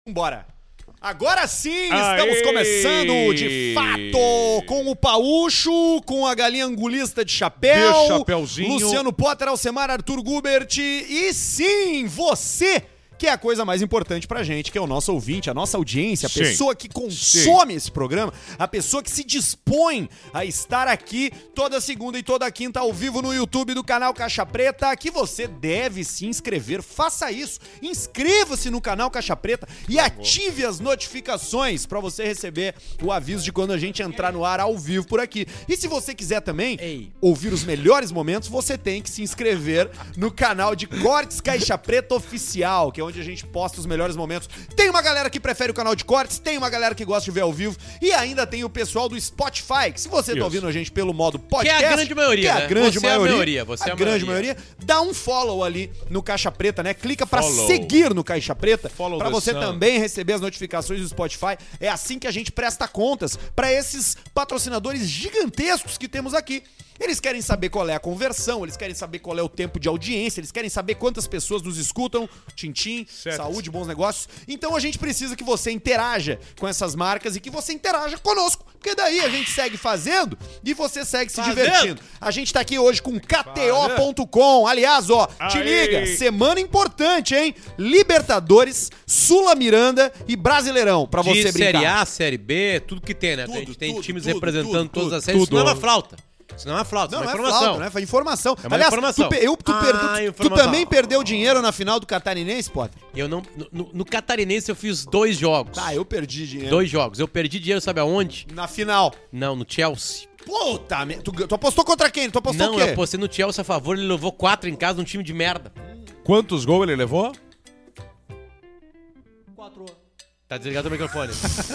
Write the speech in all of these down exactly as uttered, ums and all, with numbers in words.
Bora! Agora sim, Aê! estamos começando de fato com o Paúcho, com a galinha angulista de chapéu, De chapéuzinho. Luciano Potter, Alcemar, Arthur Gubert e sim, você, que é a coisa mais importante pra gente, que é o nosso ouvinte, a nossa audiência, a Sim. pessoa que consome esse programa, a pessoa que se dispõe a estar aqui toda segunda e toda quinta ao vivo no YouTube do canal Caixa Preta, que você deve se inscrever. Faça isso, inscreva-se no canal Caixa Preta e ative as notificações pra você receber o aviso de quando a gente entrar no ar ao vivo por aqui. E se você quiser também Ei. ouvir os melhores momentos, você tem que se inscrever no canal de Cortes Caixa Preta Oficial, que é onde a gente posta os melhores momentos. Tem uma galera que prefere o canal de cortes, tem uma galera que gosta de ver ao vivo e ainda tem o pessoal do Spotify, que se você Isso. tá ouvindo a gente pelo modo Que podcast, é a grande maioria, que é a né? grande Você é a maioria, maioria, você a é a grande maioria. maioria, dá um follow ali no Caixa Preta, né? Clica pra Follow. seguir no Caixa Preta, Follow pra the você sun. também receber as notificações do Spotify. É assim que a gente presta contas pra esses patrocinadores gigantescos que temos aqui. Eles querem saber qual é a conversão, eles querem saber qual é o tempo de audiência, eles querem saber quantas pessoas nos escutam, tchim-tchim, Certo. saúde, bons negócios. Então a gente precisa que você interaja com essas marcas e que você interaja conosco, porque daí a gente segue fazendo e você segue se Fazendo. divertindo. A gente tá aqui hoje com K T O ponto com. Aliás, ó, te Aê. liga, semana importante, hein? Libertadores, Sula Miranda e Brasileirão, pra você De brincar. Série A, Série B, tudo que tem, né? Tudo, a gente tem tudo, times tudo, representando tudo, todas tudo, as séries. Isso tudo. não é uma flauta. Isso não é uma flauta, Não, isso não é é uma informação. flauta, né? Foi informação. É uma Aliás, informação. Tu, pe- eu, tu, Ah, per- tu- tu informação. também perdeu dinheiro na final do Catarinense, Potter? Eu não, no, no- no Catarinense eu fiz dois jogos. Tá, eu perdi dinheiro. Dois jogos. Eu perdi dinheiro, sabe aonde? Na final. Não, no Chelsea. Puta, me- tu, tu apostou contra quem? Tu apostou Não, o quê? eu apostei no Chelsea a favor, ele levou quatro em casa num time de merda. Quantos gols ele levou? Quatro. Tá desligado o microfone.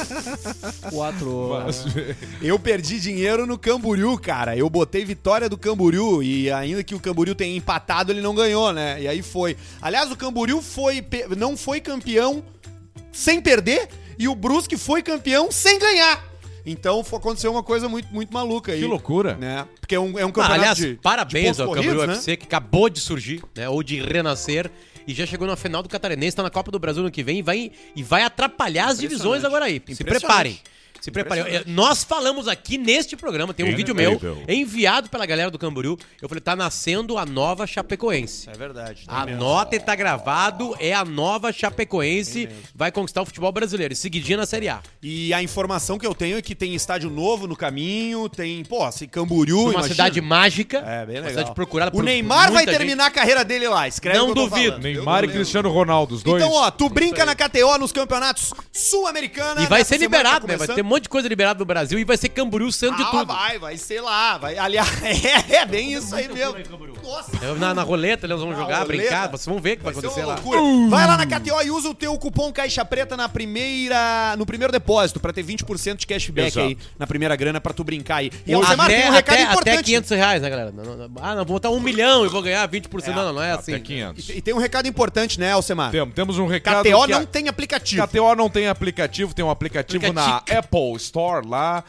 Quatro. Eu perdi dinheiro no Camboriú, cara. Eu botei vitória do Camboriú e ainda que o Camboriú tenha empatado, ele não ganhou, né? E aí foi. Aliás, o Camboriú foi, pe- não foi campeão sem perder e o Brusque foi campeão sem ganhar. Então foi, aconteceu uma coisa muito, muito maluca aí. Que loucura. Né? Porque é um, é um Ah, campeonato aliás, de parabéns de ao pontos Camboriú corridos, U F C, que acabou de surgir, né? Ou de renascer. E já chegou na final do Catarinense, tá na Copa do Brasil no que vem e vai, e vai atrapalhar as divisões agora aí. Se Impressionante. preparem. Se preparem. É, Nós falamos aqui neste programa, tem um vídeo meu Incrível. enviado pela galera do Camboriú. Eu falei, tá nascendo a nova Chapecoense. É verdade. Anota e tá gravado, é a nova Chapecoense, vai conquistar o futebol brasileiro. E seguidinha na Série A. E a informação que eu tenho é que tem estádio novo no caminho, tem, pô, assim, Camboriú, Uma imagina. cidade mágica. É, bem Uma legal. cidade procurada O por Neymar vai muita terminar a carreira dele lá, escreve Não o que eu tô duvido. falando. Neymar Eu e não Cristiano Ronaldo, os dois. Então, ó, tu brinca na K T O nos campeonatos sul-americanos. E vai ser liberado, né? Vai ter um monte de coisa liberada no Brasil e vai ser Camboriú sendo de Ah, tudo. vai, vai ser lá. Vai. Aliás, é, é bem isso aí mesmo. Nossa. É, Na, na roleta eles vão Na jogar, roleta. brincar, vocês vão ver o que vai, Vai ser acontecer uma lá. loucura. Vai lá na K T O e usa o teu cupom Caixa Preta na primeira, no primeiro depósito pra ter vinte por cento de cashback Exato. aí na primeira grana pra tu brincar aí. E Até, Alcemar tem um recado até, importante. até quinhentos reais, né, galera? Não, não, não. Ah, não, vou botar um milhão e vou ganhar vinte por cento. É, não, não, não é assim. Até quinhentos. E, e tem um recado importante, né, Alcemar? Temos, temos um recado K T O que não a- tem aplicativo. K T O não tem aplicativo, tem um aplicativo na Aplicatic. Apple Store lá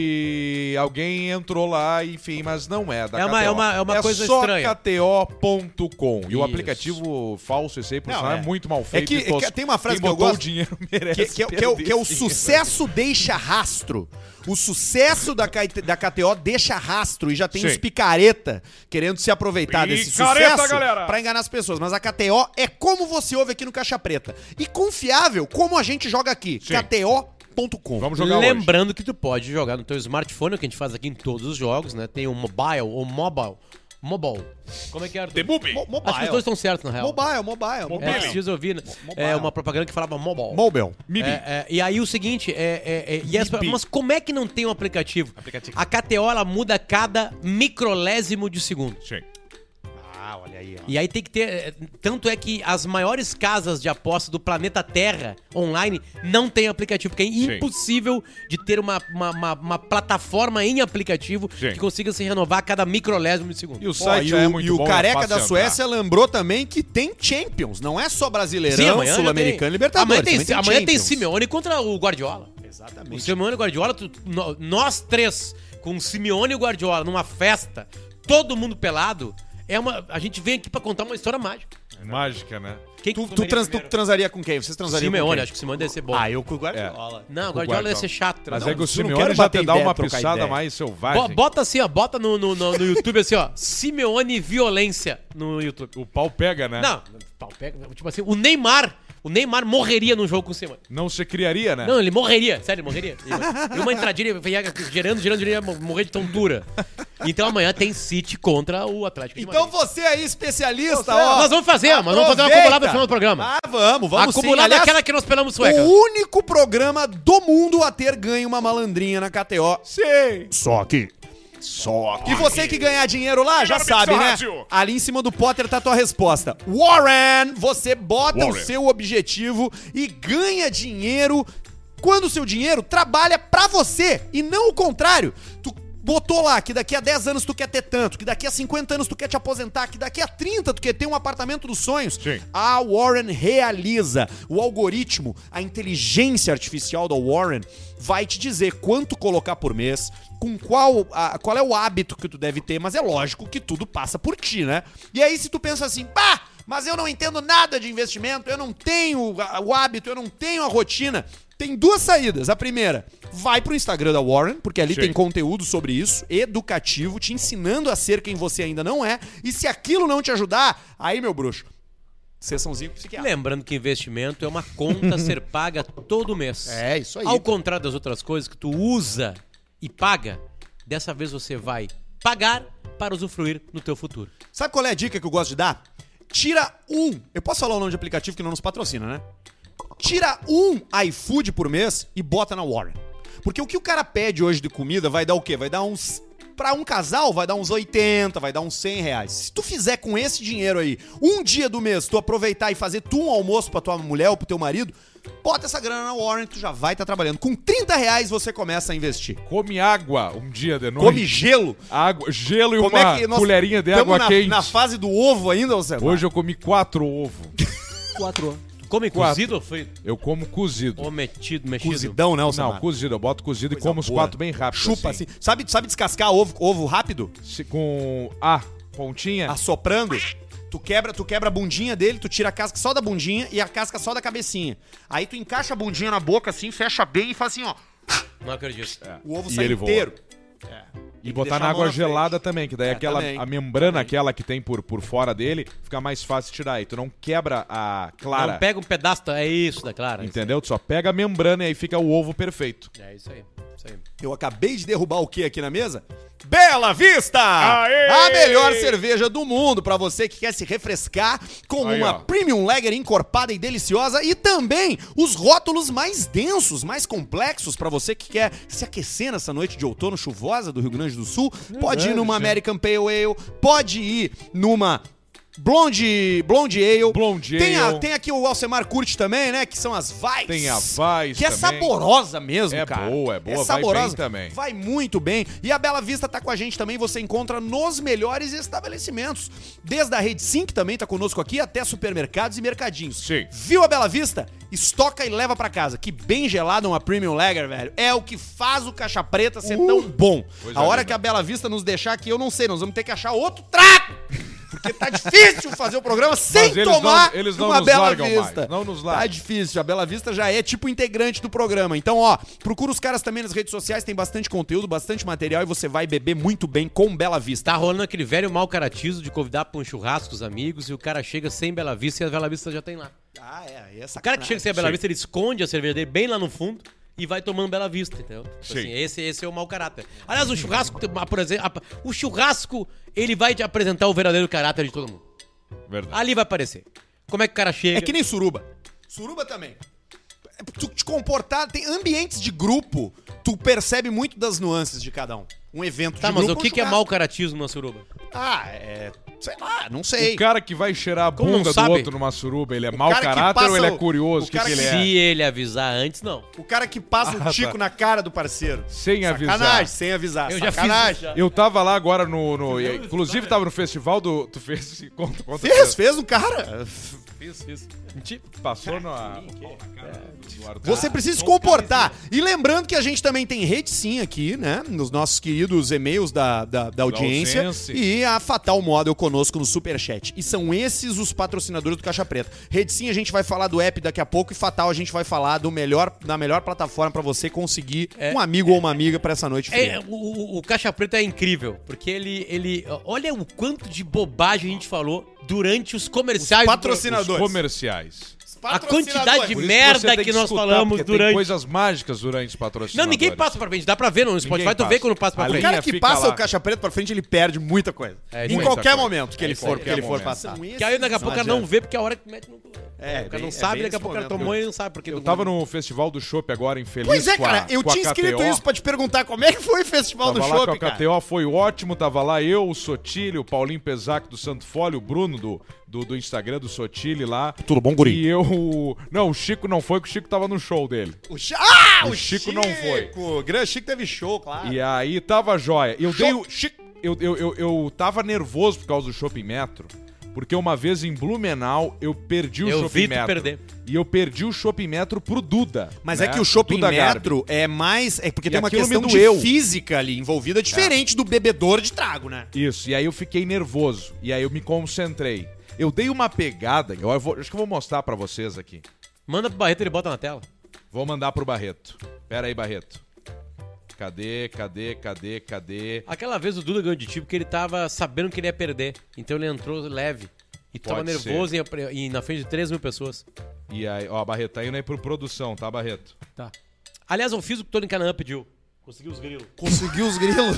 e alguém entrou lá, enfim, mas não é da É K T O. uma- é uma- é uma coisa só estranha. K T O ponto com. E o Isso. aplicativo falso esse aí, por Não, sinal, é. é. muito mal feito. que- e tosco. é que tem uma frase Quem que eu botou gosto, o dinheiro merece Que, que é- que é o, que é o perder, sim. sucesso deixa rastro. O sucesso da, K- da K T O deixa rastro e já tem Sim. uns picareta querendo se aproveitar desse Picareta, sucesso galera! pra enganar as pessoas. Mas a K T O é como você ouve aqui no Caixa Preta. E confiável como a gente joga aqui. Sim. K T O ponto com. Vamos jogar hoje. Lembrando que tu pode jogar no teu smartphone, o que a gente faz aqui em todos os jogos, né? Tem o mobile ou mobile. Mobile. Como é que era? The Movie. Mo- Acho que os dois estão certos, na real. Mobile, mobile. Mobile. É, esses dias eu vi né, Mobile. é, uma propaganda que falava mobile. Mobile. Mini. É, é, e aí o seguinte, é, é, é, e as- Mibi. mas como é que não tem um aplicativo? Aplicativo. A K T O ela muda a cada microlésimo de segundo. Sim. Ah, olha aí, ó. E aí tem que ter. é, Tanto é que as maiores casas de aposta do planeta Terra online não tem aplicativo, porque é Sim. impossível de ter uma, uma, uma- uma plataforma em aplicativo Sim. que consiga se renovar a cada microlésimo de segundo. E o Ó, site e já é o, muito e o bom, é careca fácil da entrar. Suécia lembrou também que tem Champions. Não é só Sim, Brasileirão, amanhã já Sul-Americano e tem. Libertadores. Amanhã tem, também amanhã tem Champions. Simeone contra o Guardiola. O Exatamente. Simeone e o Guardiola, tu- no- nós três, com o Simeone e o Guardiola numa festa, todo mundo pelado, é uma, a gente vem aqui pra contar uma história mágica. Mágica, né? Quem Tu, que tu, trans, tu primeiro? transaria com quem? Vocês transariam com Simeone, quem? acho que o Simeone deve ser bom. Ah, eu com o Guardiola. Não, o Com Guardiola o deve ser chato. Mas Não, é que o isso eu não Simeone quero já bater te dá ideia, uma trocar pisada ideia. mais selvagem. Bo- Bota assim, ó, bota no, no, no, no YouTube assim, ó, Simeone violência no YouTube. O pau pega, né? Não, pau, pega, tipo assim, o Neymar, o Neymar morreria num jogo com o Simeone. Não se criaria, né? Não, ele morreria, sério, ele morreria. E uma entradinha, ele ia gerando, gerando, ele ia morrer de tontura. Então amanhã tem City contra o Atlético de Então Madrid. você aí, especialista, ó. Nós vamos fazer, ó, mas vamos fazer uma aproveita. acumulada no final do programa. Ah, vamos, vamos sim. Acumulada Aliás, aquela que nós pelamos sueca. o único programa do mundo a ter ganho uma malandrinha na K T O. Sim. Só aqui. Só aqui. E você que ganhar dinheiro lá, já sabe, né? Ali em cima do Potter tá a tua resposta. Warren, você bota o seu objetivo e ganha dinheiro quando o seu dinheiro trabalha pra você e não o contrário. Tu botou lá que daqui a dez anos tu quer ter tanto, que daqui a cinquenta anos tu quer te aposentar, que daqui a trinta tu quer ter um apartamento dos sonhos. Sim. A Warren realiza. O algoritmo, a inteligência artificial da Warren vai te dizer quanto colocar por mês, com qual, a, qual é o hábito que tu deve ter, mas é lógico que tudo passa por ti, né? E aí se tu pensa assim, pá, mas eu não entendo nada de investimento, eu não tenho a- o hábito, eu não tenho a rotina. Tem duas saídas. A primeira, vai pro Instagram da Warren, porque ali Sim. tem conteúdo sobre isso, educativo, te ensinando a ser quem você ainda não é. E se aquilo não te ajudar, aí, meu bruxo, sessãozinho psiquiatra. Lembrando que investimento é uma conta a ser paga todo mês. É, isso aí. Ao contrário das outras coisas que tu usa e paga, dessa vez você vai pagar para usufruir no teu futuro. Sabe qual é a dica que eu gosto de dar? Tira um. Eu posso falar o nome de aplicativo que não nos patrocina, né? Tira um iFood por mês e bota na Warren. Porque o que o cara pede hoje de comida vai dar o quê? Vai dar uns... Pra um casal vai dar uns oitenta, vai dar uns cem reais. Se tu fizer com esse dinheiro aí, um dia do mês, tu aproveitar e fazer tu um almoço pra tua mulher ou pro teu marido, bota essa grana na Warren que tu já vai estar trabalhando. Com trinta reais você começa a investir. Come água um dia de noite. Come gelo. Água, gelo e Como uma é que nós colherinha de tamo água na, quente. na fase do ovo ainda, você Hoje eu comi quatro ovos. Quatro. Come Quatro. cozido ou frito? Eu como cozido. Ou metido, mexido? Cozidão, né, Não, Alcemar? cozido. Eu boto cozido Coisa e como os boa. quatro bem rápido. Chupa assim. Sabe, sabe descascar ovo, ovo rápido? Se- Com a pontinha. Assoprando. Tu quebra, tu quebra a bundinha dele, tu tira a casca só da bundinha e a casca só da cabecinha. Aí tu encaixa a bundinha na boca assim, fecha bem e faz assim, ó. Não acredito. O ovo E sai ele voa. inteiro. E botar deixar na a mão água na gelada frente. também, que daí É, aquela, também. a membrana aquela que tem por, por fora dele fica mais fácil de tirar. E tu não quebra a clara. Não pega um pedaço, da- é isso da Clara. Entendeu? Tu só pega a membrana e aí fica o ovo perfeito. É isso aí. Isso aí. Eu acabei de derrubar o que aqui na mesa? Bela Vista! Aê! A melhor cerveja do mundo pra você que quer se refrescar com Aí, uma ó. Premium Lager encorpada e deliciosa e também os rótulos mais densos, mais complexos pra você que quer se aquecer nessa noite de outono chuvosa do Rio Grande do Sul. Pode ir numa gente. American Pale Ale, pode ir numa Blonde, Blonde Ale. Blonde tem, a- Ale. tem aqui o Alcemar curte também, né? Que são as Vais. Tem a Vais Que é também. saborosa mesmo, É cara. boa, é boa, vai bem também. Vai muito bem. E a Bela Vista tá com a gente também, você encontra nos melhores estabelecimentos. Desde a Rede Sim, que também tá conosco aqui, até supermercados e mercadinhos. Sim. Viu a Bela Vista? Estoca e leva pra casa. Que bem gelada uma Premium Lager, velho. É o que faz o Caixa Preta ser tão bom. Coisa A hora linda. que a Bela Vista nos deixar aqui, eu não sei, nós vamos ter que achar outro trato. Porque tá difícil fazer o programa sem Mas eles tomar não- eles não uma nos Bela largam Vista. mais, não nos Tá largam. difícil, a Bela Vista já é tipo integrante do programa. Então, ó, procura os caras também nas redes sociais, tem bastante conteúdo, bastante material e você vai beber muito bem com Bela Vista. Tá rolando aquele velho mau caratismo de convidar pra um churrasco os amigos e o cara chega sem Bela Vista e a Bela Vista já tem lá. Ah, é, aí é O cara que chega sem a Bela Sim. Vista, ele esconde a cerveja dele bem lá no fundo e vai tomando Bela Vista, entendeu? Tipo Sim. Assim, esse, esse é o mau caráter. Aliás, o churrasco, por exemplo, o churrasco, ele vai te apresentar o verdadeiro caráter de todo mundo. Verdade. Ali vai aparecer. Como é que o cara chega? É que nem suruba. Suruba também. É, Tu te comportar, tem ambientes de grupo, tu percebe muito das nuances de cada um. Um evento Tá, de mas grupo. o que, um que é churrasco. mau caratismo na suruba? Ah, é. Sei lá, não sei. O cara que vai cheirar a Como não bunda do sabe? outro numa suruba, ele é mau cara que caráter passa ou ele é o- curioso? o O que, cara que ele que- é? Se ele avisar antes, não. O cara que passa o Ah, tico tá. na cara do parceiro. Sem avisar. Sacanagem, sem avisar. Eu já Sacanagem. fiz isso já. Eu tava lá agora no. no inclusive, tava no festival do. Tu fez. Conta, conta. Fez, fez um cara. Fiz, fiz. Mentira. Passou na. Você precisa se comportar. E lembrando que a gente também tem rede sim aqui, né? Nos nossos queridos e-mails da, da, da audiência. audiência. E a Fatal Model conosco conosco no Superchat. E são esses os patrocinadores do Caixa Preta. Rede Sim, a gente vai falar do app daqui a pouco, e Fatal a gente vai falar do melhor, da melhor plataforma pra você conseguir É, um amigo ou uma amiga pra essa noite fria. É, o, o- o Caixa Preta é incrível, porque ele, ele... Olha o quanto de bobagem a gente falou durante os comerciais. Os do- patrocinadores. Comerciais. A quantidade de Por isso merda você tem que nós escutar, falamos porque durante... Tem coisas mágicas durante os Não, patrocinadores. ninguém passa pra frente. Dá pra ver no Spotify, tu passa. vê quando passa pra A O frente. cara linha que fica passa lá. o Caixa Preta pra frente, ele perde muita coisa. É, em muita qualquer coisa. momento que ele É isso for, aí. que ele for Qualquer passar. Que aí daqui a pouco o cara não vê, porque a hora que mete no... É, o cara bem- não é sabe, bem daqui a esse pouco o cara momento. tomou e não sabe porque... Eu tava no Festival do Chopp agora, infeliz. Pois é, com a- cara, eu com a tinha escrito K T O. isso pra te perguntar como é que foi o Festival Tava do lá Chopp, com a cara. K T O, foi ótimo, tava lá eu, o Sotile, o Paulinho Pesac do Santo Folho, o Bruno do, do, do Instagram do Sotile lá. Tudo bom, guri? E eu... Não, o Chico não foi, porque o Chico tava no show dele. O, Chi- ah, O Chico não foi. O grande Chico teve show, claro. E aí tava jóia. Eu Show- dei o... Eu, eu, eu, eu tava nervoso por causa do Shopping Metro, porque uma vez em Blumenau eu perdi o Eu Shopping vi tu Metro. perder. E eu perdi o Shopping Metro pro Duda. Mas né? é que o shopping Duda Garbi. metro é mais... É porque E tem uma aquilo me questão de doeu. física ali envolvida, diferente do bebedor de trago, né? Isso, e aí eu fiquei nervoso. E aí eu me concentrei. Eu dei uma pegada, eu vou- acho que eu vou mostrar pra vocês aqui. Manda pro Barreto e ele bota na tela. Vou mandar pro Barreto. Pera aí, Barreto. Cadê, cadê, cadê, cadê? Aquela vez o Duda ganhou de ti porque ele tava sabendo que ele ia perder. Então ele entrou leve. E tu tava Pode nervoso e, e na frente de três mil pessoas. E aí, ó, Barreto, tá indo aí pro produção, tá, Barreto? Tá. Aliás, eu fiz o que o Tony Canaan pediu. Consegui os grilos. Conseguiu os grilos.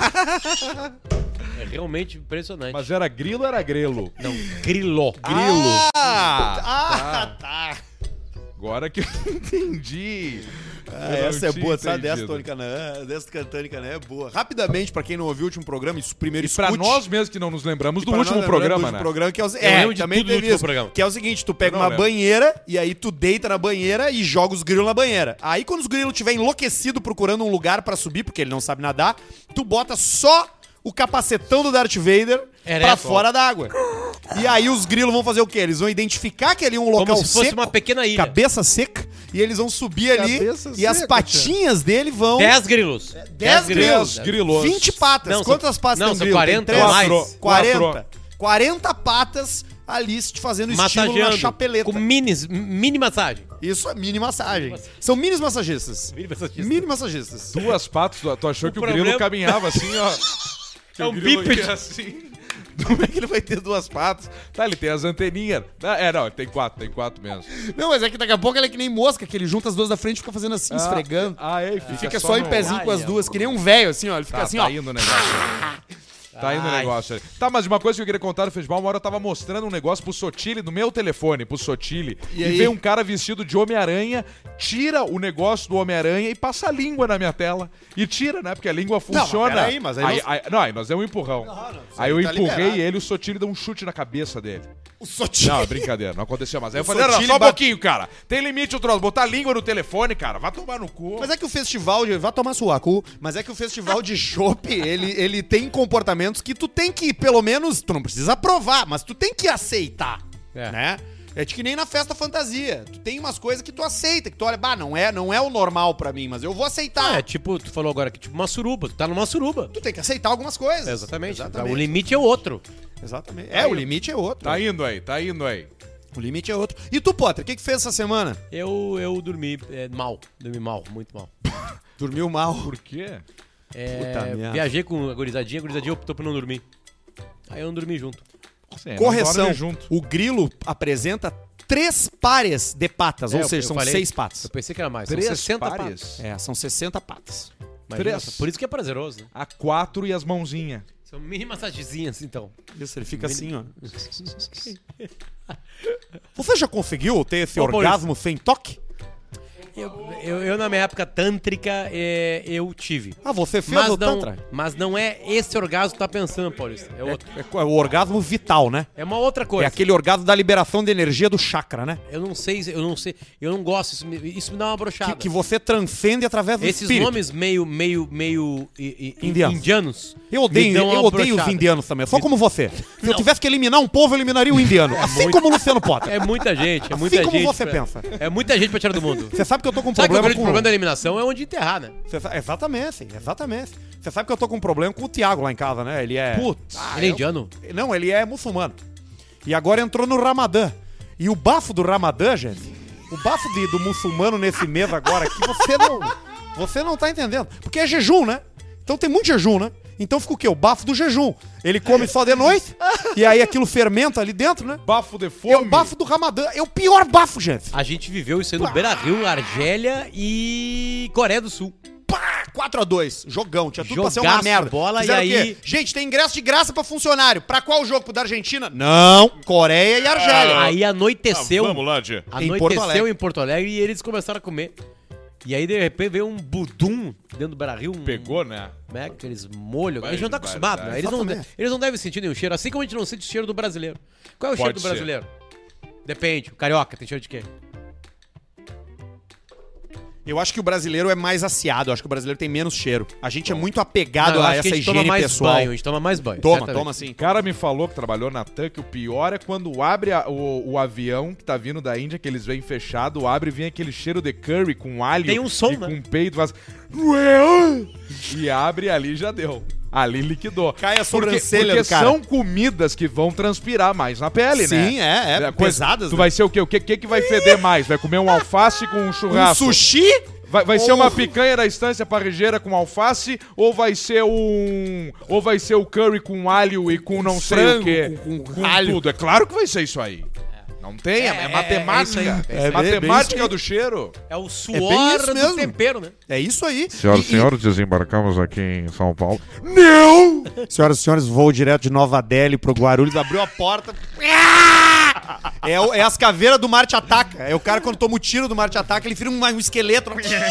É realmente impressionante. Mas era grilo ou era grelo? Não, grilo. Grilo. Ah, ah, tá. Agora que eu entendi. Ah, Eu não essa é tinha boa, sabe? Dessa entendido. Tony Canaan, dessa Cantani Canaan é boa. Rapidamente, pra quem não ouviu o último programa, isso primeiro E pra escute. nós mesmos que não nos lembramos E do pra último nós lembrando programa, do né? último programa, que é, o... Eu é lembro de também tudo do teve último isso. programa. Que é o seguinte, tu pega Eu não uma lembro. banheira e aí tu deita na banheira e joga os grilos na banheira. Aí quando os grilos estiver enlouquecido procurando um lugar pra subir, porque ele não sabe nadar, tu bota só o capacetão do Darth Vader Ereto. pra fora d'água. E aí os grilos vão fazer o quê? Eles vão identificar que ali é um local Como se fosse seco, uma pequena ilha. cabeça seca, e eles vão subir ali Cabeça e as seca, patinhas dele vão... dez grilos. dez grilos. grilos. vinte patas. Não, Quantas são- patas não, tem um são grilo? quarenta Tem três? ou mais. Quatro. quarenta. quarenta patas ali te fazendo estímulo na Massageando. chapeleta. Com minis, mini massagem. Isso é mini massagem. São mini massagistas. Mini massagista. Mini massagistas. Duas patas, tu, tu achou O que o problema- grilo caminhava assim, ó. Que É o um grilo bípede. ia assim. Como é que ele vai ter duas patas? Tá, ele tem as anteninhas. Ah, É, não, ele tem quatro, tem quatro mesmo. Não, mas é que daqui a pouco ele é que nem mosca, que ele junta as duas da frente e fica fazendo assim, esfregando. Ah, é, fica, Fica só, em no- pezinho com as Ai, duas, que nem um velho, assim, ó. Ele fica Tá, assim, tá ó. indo o negócio. Tá indo o Ai. negócio aí. Tá, mas uma coisa que eu queria contar no festival, uma hora eu tava mostrando um negócio pro Sotile, no meu telefone, pro Sotile. E E, aí? veio um cara vestido de Homem-Aranha, tira o negócio do Homem-Aranha e passa a língua na minha tela. E tira, né? Porque a língua funciona. peraí, mas aí aí, nós- aí- não, aí nós demos um empurrão. não, isso aí eu aí tá empurrei liberado. ele e o Sotile deu um chute na cabeça dele. O Sotile. Não, é brincadeira, não aconteceu mais. Aí eu O falei, não, não, Sotile só um bate- pouquinho, cara. Tem limite o troço. Botar a língua no telefone, cara. Vai tomar no cu. Mas é que o festival de... Vai tomar suacu. Mas é que o festival de chopp, ele, ele tem comportamentos que tu tem que, pelo menos, tu não precisa provar, mas tu tem que aceitar, É. né? É de que nem na festa fantasia. Tu tem umas coisas que tu aceita, que tu olha, bah, não é, não é o normal pra mim, mas eu vou aceitar. Ah, é tipo, tu falou agora que tipo uma suruba. Tu tá numa suruba. Tu tem que aceitar algumas coisas. Exatamente. Exatamente. O limite é outro. Exatamente. É, o limite é outro. Tá indo aí, tá indo aí. O limite é outro. E tu, Potter, o que que fez essa semana? Eu, eu dormi é, mal. Dormi mal, muito mal. Dormiu mal. Por quê? É, Puta merda. viajei com a gurizadinha, a gurizadinha optou por não dormir. Aí eu não dormi junto. Sim, não Correção. dorme junto. O grilo apresenta três pares de patas, É, ou eu- seja, eu são falei- seis patas. Eu pensei que era mais. Três São sessenta pares? patas. É, são sessenta patas. Imagina Três. só, por isso que é prazeroso, né? A quatro e as mãozinhas. São mini massagezinhas, então. Isso, ele fica assim, ó. Você já conseguiu ter esse Ô, orgasmo sem toque? Eu, eu, eu, na minha época tântrica, é, eu tive. Ah, você fez Mas o não, tantra? mas não é esse orgasmo que tu tá pensando, Paulista. É outro. É, é o orgasmo vital, né? É uma outra É coisa. aquele orgasmo da liberação de energia do chakra, né? Eu não sei, eu não sei, eu não gosto, isso me, isso me dá uma brochada. Que, que você transcende através do Esses espírito. nomes meio, meio, meio i- i- Indianos. indianos. Eu odeio, me dão eu uma odeio os brochada. indianos também. Só como você. Se eu Não. tivesse que eliminar um povo, eu eliminaria o indiano. assim como o Luciano Potter. É muita gente, é Assim muita como gente. você pra- pensa. É muita gente pra tirar do mundo. Você sabe que eu tô com um Sabe que o problema grande com... problema da eliminação é onde enterrar, né? Você sa- Exatamente, exatamente. Você sabe que eu tô com um problema com o Thiago lá em casa, né? Ele é... Putz. Ah, Ele é eu- indiano? Não, ele é muçulmano. E agora entrou no Ramadã. E o bafo do Ramadã, gente, o bafo de- do muçulmano nesse mês agora aqui, você não, você não tá entendendo. Porque é jejum, né? Então tem muito jejum, né? Então fica o quê? O bafo do jejum. Ele come só de noite, e aí aquilo fermenta ali dentro, né? Bafo de fome. É o bafo do Ramadã. É o pior bafo, gente. A gente viveu isso aí no Beira-Rio, Argélia e Coreia do Sul. Pá! quatro a dois. Jogão. Tinha tudo pra ser uma Jogaço, merda. bola, Fizeram e o quê? aí- Gente, tem ingresso de graça pra funcionário. Pra qual jogo? Pro da Argentina? Não. Coreia e Argélia. Aí anoiteceu. Vamos lá, Tchê. Em Porto Anoiteceu Alegre. em Porto Alegre e eles começaram a comer. E aí, de repente, veio um budum dentro do Beira-Rio. Um, Pegou, né? Né, aqueles molhos. Vai, Eles não estão vai, acostumados, vai. né? Eles não, Exatamente. eles não devem sentir nenhum cheiro. Assim como a gente não sente o cheiro do brasileiro. Qual é o Pode cheiro do ser. brasileiro? Depende. O carioca tem cheiro de quê? Eu acho que o brasileiro é mais aciado. Eu acho que o brasileiro tem menos cheiro. A gente é muito apegado Não, eu a acho que essa a gente toma higiene mais pessoal. banho. A gente toma mais banho. Toma, certamente. toma sim. O cara me falou que trabalhou na TAM que o pior é quando abre a- o, o avião que tá vindo da Índia, que eles vêm fechado, abre e vem aquele cheiro de curry com alho Tem um som, e né? com peito, faz... E abre e ali já deu. Ali liquidou. Cai a Porque, sobrancelha porque do cara. são comidas que vão transpirar mais na pele, né? Sim, é, é. Coisa- Pesadas, Tu né? vai ser o quê? O que, que, que vai feder mais? Vai comer um alface com um Um churrasco? sushi? Vai, vai ser Ou- uma picanha da Estância Parrigeira com alface ou vai ser um ou vai ser o curry com alho e com não sei frango, o quê? com- com alho. tudo. É claro que vai ser isso aí. Não tem, é, É, é é- matemática. é isso aí. É, É bem- matemática bem isso do cheiro. É o bem suor isso do mesmo. tempero, né? É isso aí. Senhoras e E- senhores, desembarcamos aqui em São Paulo. Não! Senhoras e senhores, voo direto de Nova Delhi pro Guarulhos, abriu a porta. É, o- é as caveiras do Marte Ataca. É o cara quando toma o tiro do Marte Ataca, ele vira um, um esqueleto.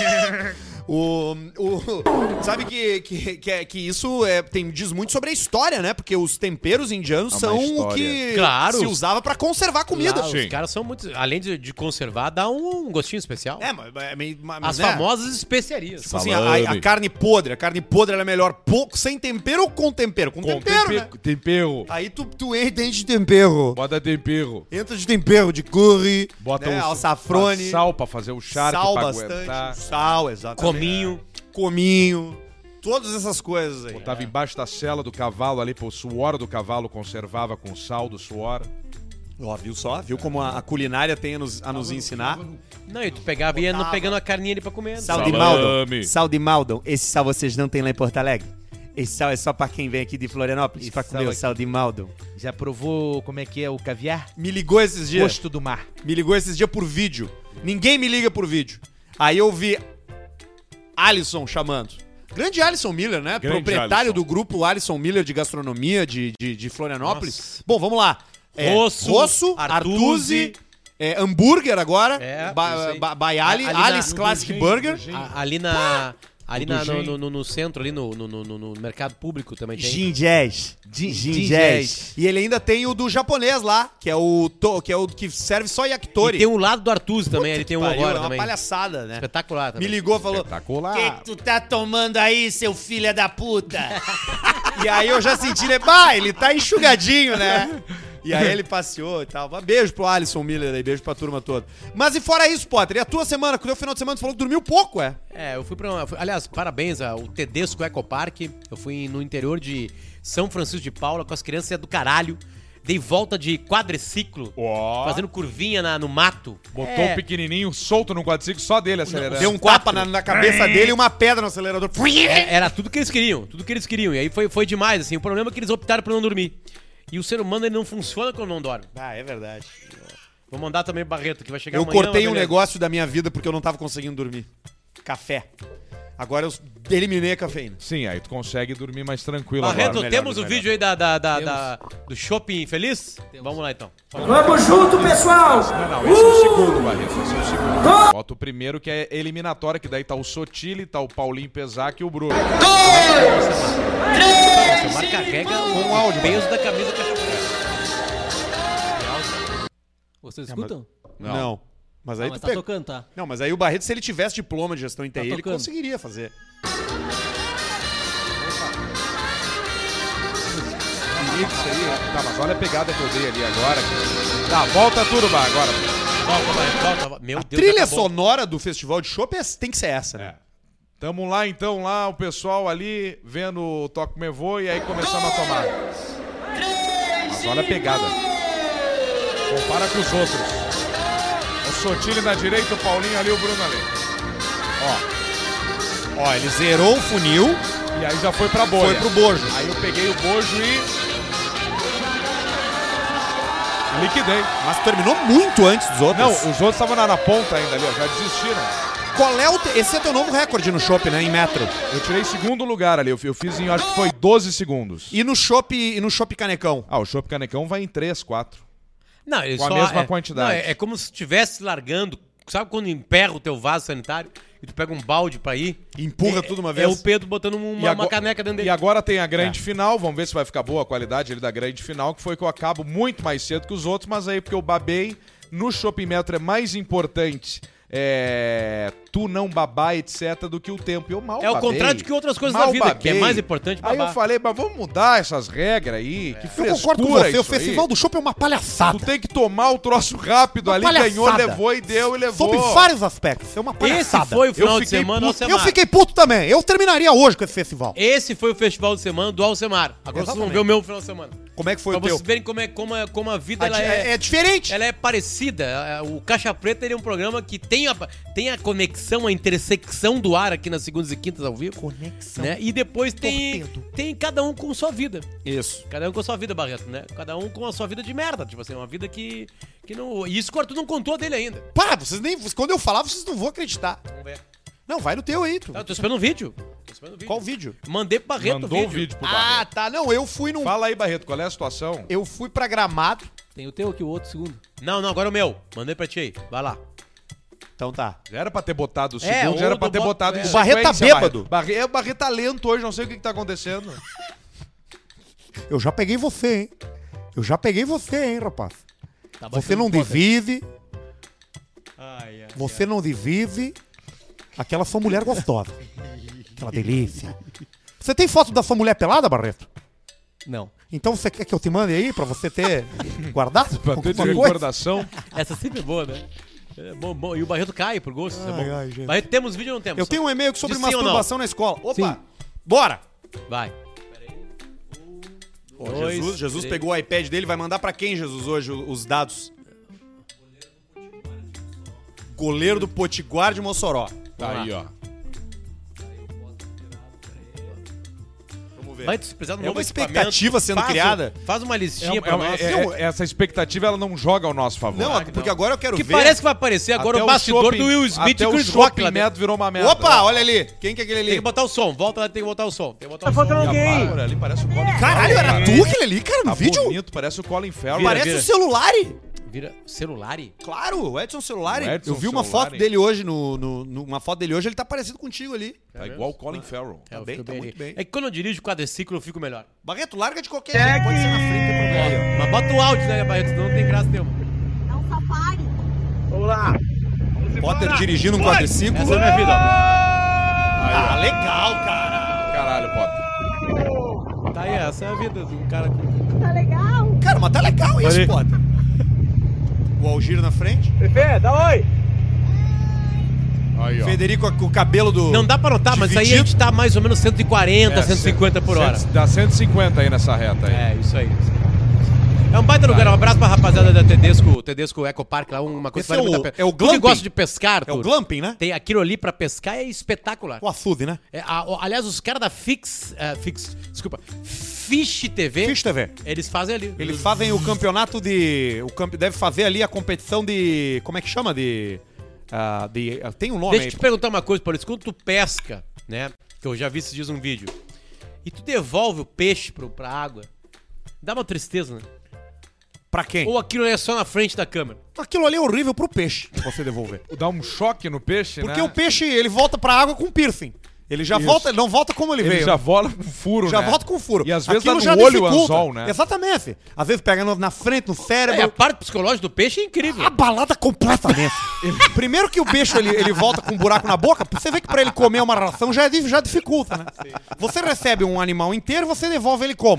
O, o- sabe que, que, que, é- que isso é, tem, diz muito sobre a história, né? Porque os temperos indianos É uma são o história. que Claro. se usava pra conservar comida. Lá, Sim. os caras são muito. Além de, de conservar, dá um gostinho especial. É, mas, é meio- mas As é. famosas especiarias. Tipo assim, a, Salame. a carne podre. A carne podre ela é melhor pouco, sem tempero ou com tempero? Com, Com tempero, tempe- né? tempero. Aí tu, tu entra de tempero. Bota tempero. Entra de tempero, de curry, Bota né, o alçafrone, sal pra fazer o charque sal pra bastante, aguentar. sal, exatamente. Cominho. Cominho, todas essas coisas aí. Botava embaixo da cela do cavalo ali, pro suor do cavalo conservava com sal do suor. Ó, viu só? Viu como a, a culinária tem a nos, a nos ensinar? Não, e tu pegava e ia no- pegando a carninha ali pra comer. né? Sal de Salame. Maldon. Sal de Maldon. Esse sal vocês não tem lá em Porto Alegre? Esse sal é só pra quem vem aqui de Florianópolis pra comer o sal de Maldon. Já provou como é que é o caviar? Me ligou esses dias. Gosto do mar. Me ligou esses dias por vídeo. Ninguém me liga por vídeo. Aí eu vi Alisson chamando. Grande Alisson Miller, né? Grande Proprietário Alisson. do grupo Alisson Miller de gastronomia de, de, de Florianópolis. Nossa. Bom, vamos lá. É, Rosso, Rosso, Artusi, Artusi, é, hambúrguer agora. É, isso ba, aí. ba, Baiali, A- ali na- Alice Classic Burger. A- ali na. Ali na- no, Gin. no, no- no centro, ali no, no, no- no mercado público também tem. Gin Jazz. Gin, Gin Jazz. Jazz. E ele ainda tem o do japonês lá, que é o, to- que, é o que serve só yakitori. E tem um lado do Artusi também, ali tem um Pariu, agora é uma também. palhaçada, né? Espetacular Me também. ligou e falou: Espetacular. que que tu tá tomando aí, seu filho da puta? E aí eu já senti, né? Bah, ele tá enxugadinho, né? E aí ele passeou e tal. Mas beijo pro Alisson Miller aí, beijo pra turma toda. Mas e fora isso, Potter, e a tua semana? Que o teu final de semana tu falou que dormiu pouco, é? É, eu fui pra uma. fui- aliás, parabéns ao Tedesco Ecopark. Eu fui no interior de São Francisco de Paula com as crianças é do caralho. Dei volta de quadriciclo, Ó. fazendo curvinha na- no mato. Botou É. um pequenininho solto no quadriciclo só dele acelerando. Deu um tapa na, na cabeça dele e uma pedra no acelerador. É, era tudo que eles queriam, tudo que eles queriam. E aí foi, foi demais, assim. O problema é que eles optaram por não dormir. E o ser humano ele não funciona quando não dorme. Ah, é verdade. Vou mandar também o Barreto, que vai chegar Eu amanhã. cortei mas um beleza. negócio da minha vida porque eu não tava conseguindo dormir. Café. Agora eu eliminei a cafeína. Sim, aí tu consegue dormir mais tranquilo Barreto, agora. melhor, temos o melhor. vídeo aí da, da, da, da- do Shopping Feliz? Vamos lá então. Vamos junto, pessoal! Não, não, esse é o segundo, Barreto, esse é o segundo. Bota o primeiro, que é eliminatória, que daí tá o Sotile, tá o Paulinho Pesac e o Bruno. Você marca carrega com o áudio, peso da camisa que Vocês escutam? Não. Mas aí Ah, mas tu tá pega- tocando, tá? Não, mas aí o Barreto, se ele tivesse diploma de gestão em T I, ele tocando. conseguiria fazer. Isso aí. Tá, mas olha a pegada que eu dei ali agora. Tá, volta tudo, Bar, agora. Volta, vai, volta. Meu Deus, Trilha acabou. sonora do festival de chopp é- tem que ser essa, né? É. Tamo lá então, lá o pessoal ali vendo o Toque Me Voe e aí começamos a tomar. Mas olha a pegada. Compara com os outros. O Sotile na direita, o Paulinho ali, o Bruno ali. Ó. Ó, ele zerou o funil. E aí já foi pra bolha. Foi pro bojo. Aí eu peguei o bojo e... liquidei. Mas terminou muito antes dos outros. Não, os outros estavam na, na ponta ainda ali, ó. Já desistiram. Qual é o... Te... Esse é teu novo recorde no chopp, né? Em metro. Eu tirei segundo lugar ali. Eu fiz, eu fiz em, acho que foi doze segundos. E no chopp, e no chopp Canecão? Ah, o Chopp Canecão vai em três, quatro. Não, ele Com a só mesma é, quantidade. Não, é, é como se estivesse largando. Sabe quando emperra o teu vaso sanitário e tu pega um balde pra ir? Empurra é, tudo uma É vez. o Pedro botando uma, E agora- uma caneca dentro dele. E agora tem a grande final, vamos ver se vai ficar boa a qualidade ali da grande final, que foi que eu acabo muito mais cedo que os outros, mas aí porque eu babei, no Shopping Metro é mais importante é, tu não babar, etc, do que o tempo. E eu mal É o babei, contrário do que outras coisas mal da vida, que é babei. mais importante Aí babar. eu falei, mas vamos mudar essas regras aí, que Eu frescura concordo com você. O isso festival aí. do chopp é uma palhaçada. Tu tem que tomar o troço rápido Uma ali, palhaçada. ganhou, levou e deu e levou. Sob vários aspectos. É uma palhaçada. Esse foi o final de fiquei semana do puto. Alcemar. Eu fiquei puto também. Eu terminaria hoje com esse festival. Esse foi o festival de semana do Alcemar. Agora vocês vão Exatamente. ver o meu final de semana. Como é que foi Pra o teu? vocês verem como, é, como, é, como a vida A ela di- é, é, é diferente. ela é parecida. É, O Caixa Preta ele é um programa que tem a, tem a conexão, a intersecção do ar aqui nas segundas e quintas ao vivo. Conexão. Né? E depois tem, Torpedo. tem cada um com sua vida. Isso. Cada um com a sua vida, Barreto, né? Cada um com a sua vida de merda. Tipo assim, uma vida que, que não... E isso que o Arthur não contou dele ainda. Pá, vocês nem... Quando eu falar, vocês não vão acreditar. Vamos ver. Não, vai no teu aí, tu. Tá, eu tô esperando um vídeo. Tô esperando um vídeo. Qual vídeo? Mandei pro Barreto Mandou o o vídeo pro Ah, Barreto. tá. Não, eu fui num... Fala aí, Barreto, qual é a situação? Eu fui pra Gramado. Tem o teu aqui, o outro segundo. Não, não, agora é o meu. Mandei pra ti aí. Vai lá. Então tá. Já era pra ter botado o É, segundo, já era ou pra do ter bo- botado é. em O Barreto tá sequência, bêbado. Barreto. Barre- O Barreto tá lento hoje, não sei o que que tá acontecendo. Eu já peguei você, hein? Eu já peguei você, hein, rapaz? Tá Você batendo não foda. divide. Você não divide aquela sua mulher gostosa. Aquela delícia. Você tem foto da sua mulher pelada, Barreto? Não. Então você quer que eu te mande aí pra você ter guardado? Pra ter de alguma coisa? recordação. Essa sempre é boa, né? É bom, bom. E o Barreto cai por gosto. isso é Ai, bom. ai, gente. Barreto, temos vídeo ou não temos? Eu tenho um e-mail sobre Diz sim ou não? masturbação na escola. Opa! Sim. Bora! Vai. Ó, Dois, Jesus, Jesus três. pegou o iPad dele, vai mandar pra quem, Jesus, hoje o- os dados? Goleiro do Potiguar de Mossoró. Tá aí, ó. Vamos ver. Vai te precisar de um É novo uma equipamento. expectativa sendo Faz um- criada. Faz uma listinha É, pra é, nós. é, Não, é, essa expectativa ela não joga ao nosso favor. Não, porque agora eu quero que ver. parece que vai aparecer agora Até o bastidor shopping- do Will Smith até e o Chris Rock Shopping lá dentro. Metro virou uma merda. Opa, olha ali. Quem que é aquele Tem ali? que botar o som. Volta lá, tem que botar o som. Tem que botar o E som. a Bárbara ali parece o Colin Caralho, Farrell, era cara. tu aquele ali, cara, no Tá vídeo? bonito, parece o Colin Farrell. Vira, Parece vira. o celular. Vira celular? Claro, o Edson Celular. O Edson Eu vi uma Celulari. foto dele hoje, no, no, no- uma foto dele hoje, ele tá parecido contigo ali. Tá igual o Colin Farrell. É, eu bem, fico tá bem muito ali. bem. É que quando eu dirijo quadriciclo eu fico melhor. Barreto, larga de qualquer jeito, pode ser na frente, não tem problema. Mas bota o áudio, né, Barreto? Senão não tem graça nenhuma. É um safari. Potter dirigindo um quadriciclo. Essa é a minha vida, ó. Ah, legal, cara. Caralho, Potter. Tá aí, essa é a vida de um cara com... Tá legal? Cara, mas tá legal isso, Olha aí. Potter. O Algir na frente. Aí, ó. Federico com o cabelo do... Não dá pra notar, mas aí a Dividido. gente tá mais ou menos cento e quarenta, É, cento e cinquenta por hora. cento- Dá cento e cinquenta aí nessa reta aí. É, isso aí. É um baita lugar. Um abraço pra rapaziada da Tedesco, Tedesco Eco Park, lá uma coisa Esse é vale o- muito a pena. é o Tu que glamping? gosta de pescar, É o Arthur, glamping, né? tem aquilo ali pra pescar, é espetacular. O açude, né? É, a- o- aliás, os caras da Fix, eh, Fix, desculpa, Fish T V, Fish T V. eles fazem ali. Eles fazem o campeonato de... O camp... Deve fazer ali a competição de... Como é que chama? De... ah, de... ah, Tem um nome Deixa aí. eu te perguntar uma coisa, Paulo. Quando tu pesca, né? Que eu já vi esses dias um vídeo. E tu devolve o peixe pro, pra água. Dá uma tristeza, né? Pra quem? Ou aquilo é só na frente da câmera. Aquilo ali é horrível pro peixe, você devolver. Dá um choque no peixe, Porque né? o peixe, ele volta pra água com piercing. Ele já Isso. volta, ele não volta como ele, Ele veio. já vola com furo, Já né? volta com furo. E às vezes Aquilo dá já no olho o dificulta. anzol, né? Exatamente. Às vezes pega no- na frente, no É, a cérebro. parte psicológica do peixe é incrível. Abalada completamente. Primeiro que o peixe ele, ele volta com um buraco na boca, você vê que pra ele comer uma ração já, é di- já dificulta, né? Você recebe um animal inteiro, você devolve ele como?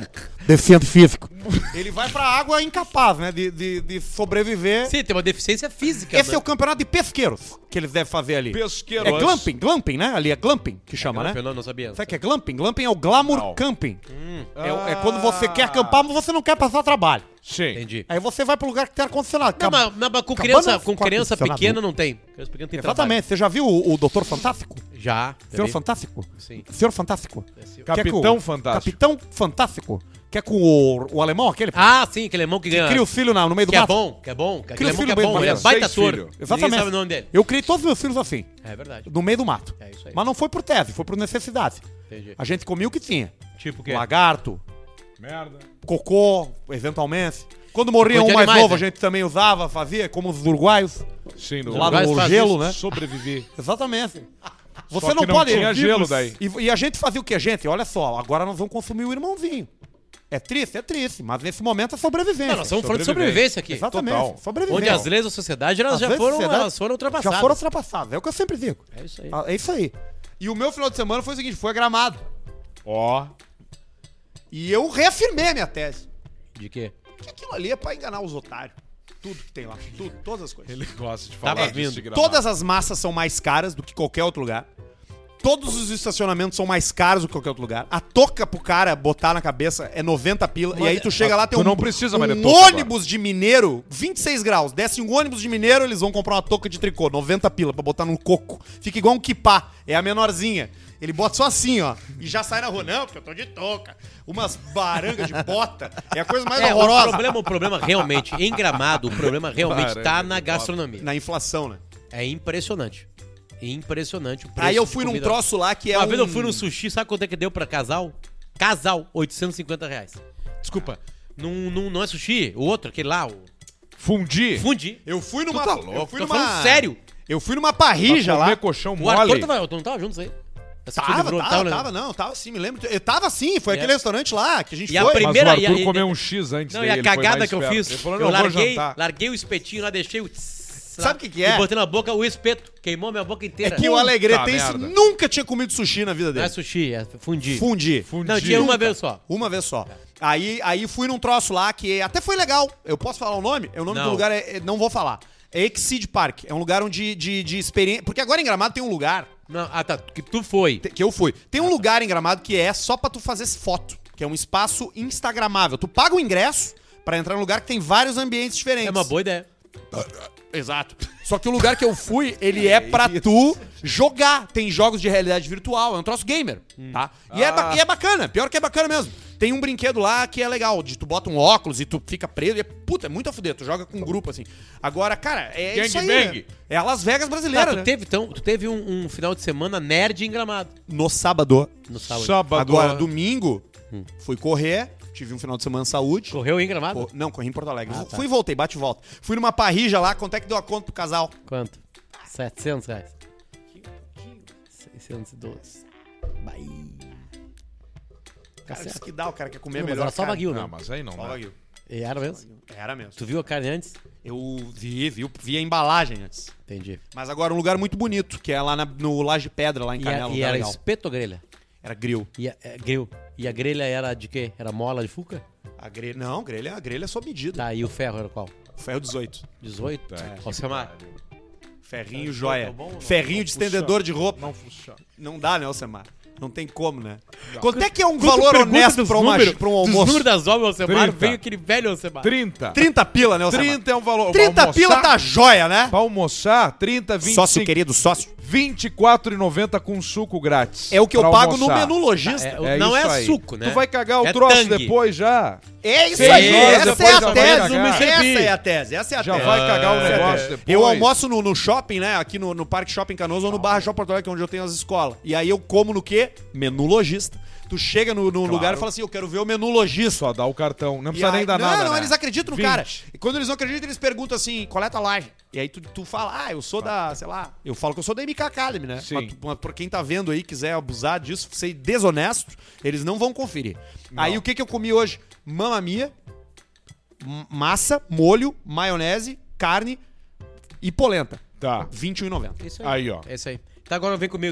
Deficiente físico. Ele vai pra água incapaz, né? De, de, de sobreviver. Sim, tem uma deficiência física. Esse né? é o campeonato de pesqueiros que eles devem fazer ali. Pesqueiros. É glamping, glamping, né? Ali é glamping que chama, né? Eu não, não sabia. Sabe o que é glamping? Glamping é o glamour Não. camping. Hum, É, é quando você quer acampar, mas você não quer passar trabalho. Sim. entendi. Aí você vai pro lugar que tem ar-condicionado. Não, Cab- mas, não, mas com cabana criança, com com criança ar-condicionado. pequena não tem. Criança pequena tem Exatamente. Você já viu o, o Doutor Fantástico? trabalho. Já. Senhor vi. Fantástico? Sim. Senhor Fantástico. Sim. Que é com- Capitão Fantástico. Capitão Fantástico. Que é com o, o alemão, aquele Ah, sim, aquele alemão que que ganha. cria os filhos na- no meio do Que é mato. bom, que é bom. Que Cria aquele o alemão que é filho bom, bem ele é maneiro. baita Seis ator. filhos. Ninguém Exatamente. sabe o nome dele. Eu criei todos os meus filhos assim, É verdade. no meio do mato. É isso aí. Mas não foi por tese, foi por necessidade. Entendi. A gente comia o que tinha. Tipo o quê? Lagarto, Merda. cocô, eventualmente. Quando morria Coisa um de mais animais, novo, né? a gente também usava, fazia, como os uruguaios, Sim, no lá uruguaios no fazem gelo, isso. né? sobreviver. Exatamente. Você Só não que não pode... tinha gelo daí. E, e a gente fazia o que, gente? Olha só, agora nós vamos consumir o irmãozinho. É triste? É triste, mas nesse momento é sobrevivência. Não, nós estamos falando de Sobrevivência. sobrevivência aqui. Exatamente, Total. sobrevivência. Onde as leis da sociedade elas Às já vezes foram, a sociedade elas foram ultrapassadas. Já foram ultrapassadas, é o que eu sempre digo. É isso aí. Ah, É isso aí. E o meu final de semana foi o seguinte, foi a Gramado. Ó. E eu reafirmei a minha tese. De quê? Que aquilo ali é pra enganar os otários. Tudo que tem lá, tudo, todas as coisas. Ele gosta de falar Tava disso vindo. de Gramado. Todas as massas são mais caras do que qualquer outro lugar. Todos os estacionamentos são mais caros do que qualquer outro lugar. A touca pro cara botar na cabeça é noventa pila. E aí tu chega lá, tem tu um, não precisa mais de um touca ônibus de mineiro, vinte e seis graus. Desce um ônibus de mineiro, eles vão comprar uma touca de tricô, noventa pila pra botar num coco. Fica igual um kipá, é a menorzinha. Ele bota só assim, ó, e já sai na rua. Não, porque eu tô de touca. Umas barangas de bota. É a coisa mais É, o horrorosa. problema, o problema realmente, em Gramado, o problema realmente Baranga tá de na bota. gastronomia. Na inflação, né? É impressionante. Impressionante o preço Aí eu de fui num comida. troço lá que é Uma um... vez eu fui no sushi, sabe quanto é que deu pra casal? Casal, oitocentos e cinquenta reais. Desculpa, não, não, não é sushi, o outro, aquele lá, o Fundir. fundi. Eu fui numa... tá eu louco, fui Tô numa... falando sério. Eu fui numa parrija Pra comer lá. colchão O Arthur mole. tava, não tava junto isso aí. Essa foi Tava, livrou, tava, né? tava, não, tava sim, me lembro. Eu tava sim, foi E aquele a- restaurante lá que a gente e a foi. prim- Mas Primeira, o Arthur e a- comeu um X antes Não, dele, e a ele foi cagada mais que eu esperto. fiz, Ele falou, eu não, vou larguei, jantar. larguei o espetinho lá, deixei o... tss lá, Sabe o que que é? E botei na boca o espeto, queimou minha boca É inteira. que o Alegretense merda. nunca tinha comido sushi na vida Não é dele. sushi, é fundi. Fundi. Não, tinha uma vez só. Uma vez só. Aí, aí fui num troço lá que até foi legal. Eu posso falar o nome? O nome Não. do lugar é, é- não vou falar. É Exceed Park. É um lugar onde de, de experiência. Porque agora em Gramado tem um lugar Não, ah, tá, que tu foi. te- que eu fui. Tem um lugar em Gramado que é só pra tu fazer foto. Que é um espaço instagramável. Tu paga o ingresso pra entrar num lugar que tem vários ambientes diferentes. É uma boa ideia. Exato. Só que o lugar que eu fui, ele é pra tu jogar. Tem jogos de realidade virtual, é um troço gamer, tá? E, é ba- e é bacana, pior que é bacana mesmo. Tem um brinquedo lá que é legal, de tu bota um óculos e tu fica preso, e é, puta, é muito a fuder, tu joga com um grupo assim. Agora, cara, é Gang isso aí, bang. né? É a Las Vegas Ah, brasileira, tu né? teve, então, tu teve um, um final de semana nerd em Gramado. No sábado. No sábado. Sábado. Agora, domingo, fui correr, tive um final de semana de saúde. Correu em Gramado? Cor- Não, corri em Porto Alegre. Ah, tá. Fui e voltei, bate e volta. Fui numa parrija lá, quanto é que deu a conta pro casal? Quanto? setecentos reais. seiscentos e doze. Bahia. Tá Cara, isso certo. que dá, o cara quer comer Não, mas melhor era só carne. Wagyu, Não, né? mas aí não Só dá. Wagyu. E era mesmo? Era mesmo. Tu viu a carne antes? Eu vi, vi, vi a embalagem antes. Entendi. Mas agora um lugar muito bonito, que é lá na- no Laje Pedra, lá em E, Canela. a, um e lugar era legal. espeto ou grelha? Era grill. E a, é, grill. E a grelha era de quê? Era mola de fuca? A grelha, não, grelha, a grelha é só medida. Tá, e o ferro era qual? Ferro dezoito. dezoito? Tá, Ó, Alcemar. Ferrinho joia. bom ou não? Ferrinho de estendedor de roupa. Não funciona. Não dá, né, Alcemar? Não tem como, né? Quanto é que é um Quando tu valor pergunta honesto dos pra, uma, números- pra um Dos almoço? números das obras, Alcemar, trinta. veio aquele velho Alcemar. trinta. trinta pila, né, Alcemar? trinta é um valor. trinta pra almoçar, pila tá joia, né? Pra almoçar, trinta, vinte e cinco. Sócio querido, sócio. vinte e quatro reais e noventa centavos com suco grátis. É o que eu pra pago no almoçar. menu lojista. É, o- É não isso é aí. suco, né? Tu vai cagar o É troço tangue. depois já. É isso Seis aí, horas essa depois é a já vai tese. cagar. Essa é a tese, essa é a Já tese. vai cagar o Essa é a negócio tese. depois. Eu almoço no, no shopping, né? Aqui no, no Parque Shopping Canoas ou no Barra Shopping Porto Alegre, que é onde eu tenho as escolas. E aí eu como no quê? Menu lojista. Tu chega no, no lugar e fala assim, eu quero ver o menu lojista. Só dá o cartão. Não E precisa aí- nem dar não, nada, Não, né? eles acreditam no vinte. cara. E quando eles não acreditam, eles perguntam assim, coleta a laje. E aí tu, tu fala, ah, eu sou da, sei lá, eu falo que eu sou da M K Academy, né? Sim. Mas, tu- mas por quem tá vendo aí, quiser abusar disso, ser desonesto, eles não vão conferir. Aí o que que eu comi hoje? Mamma mia, m- massa, molho, maionese, carne e polenta. Tá. vinte e um reais e noventa. Isso Aí, ó. É isso aí. Tá, agora vem comigo aqui.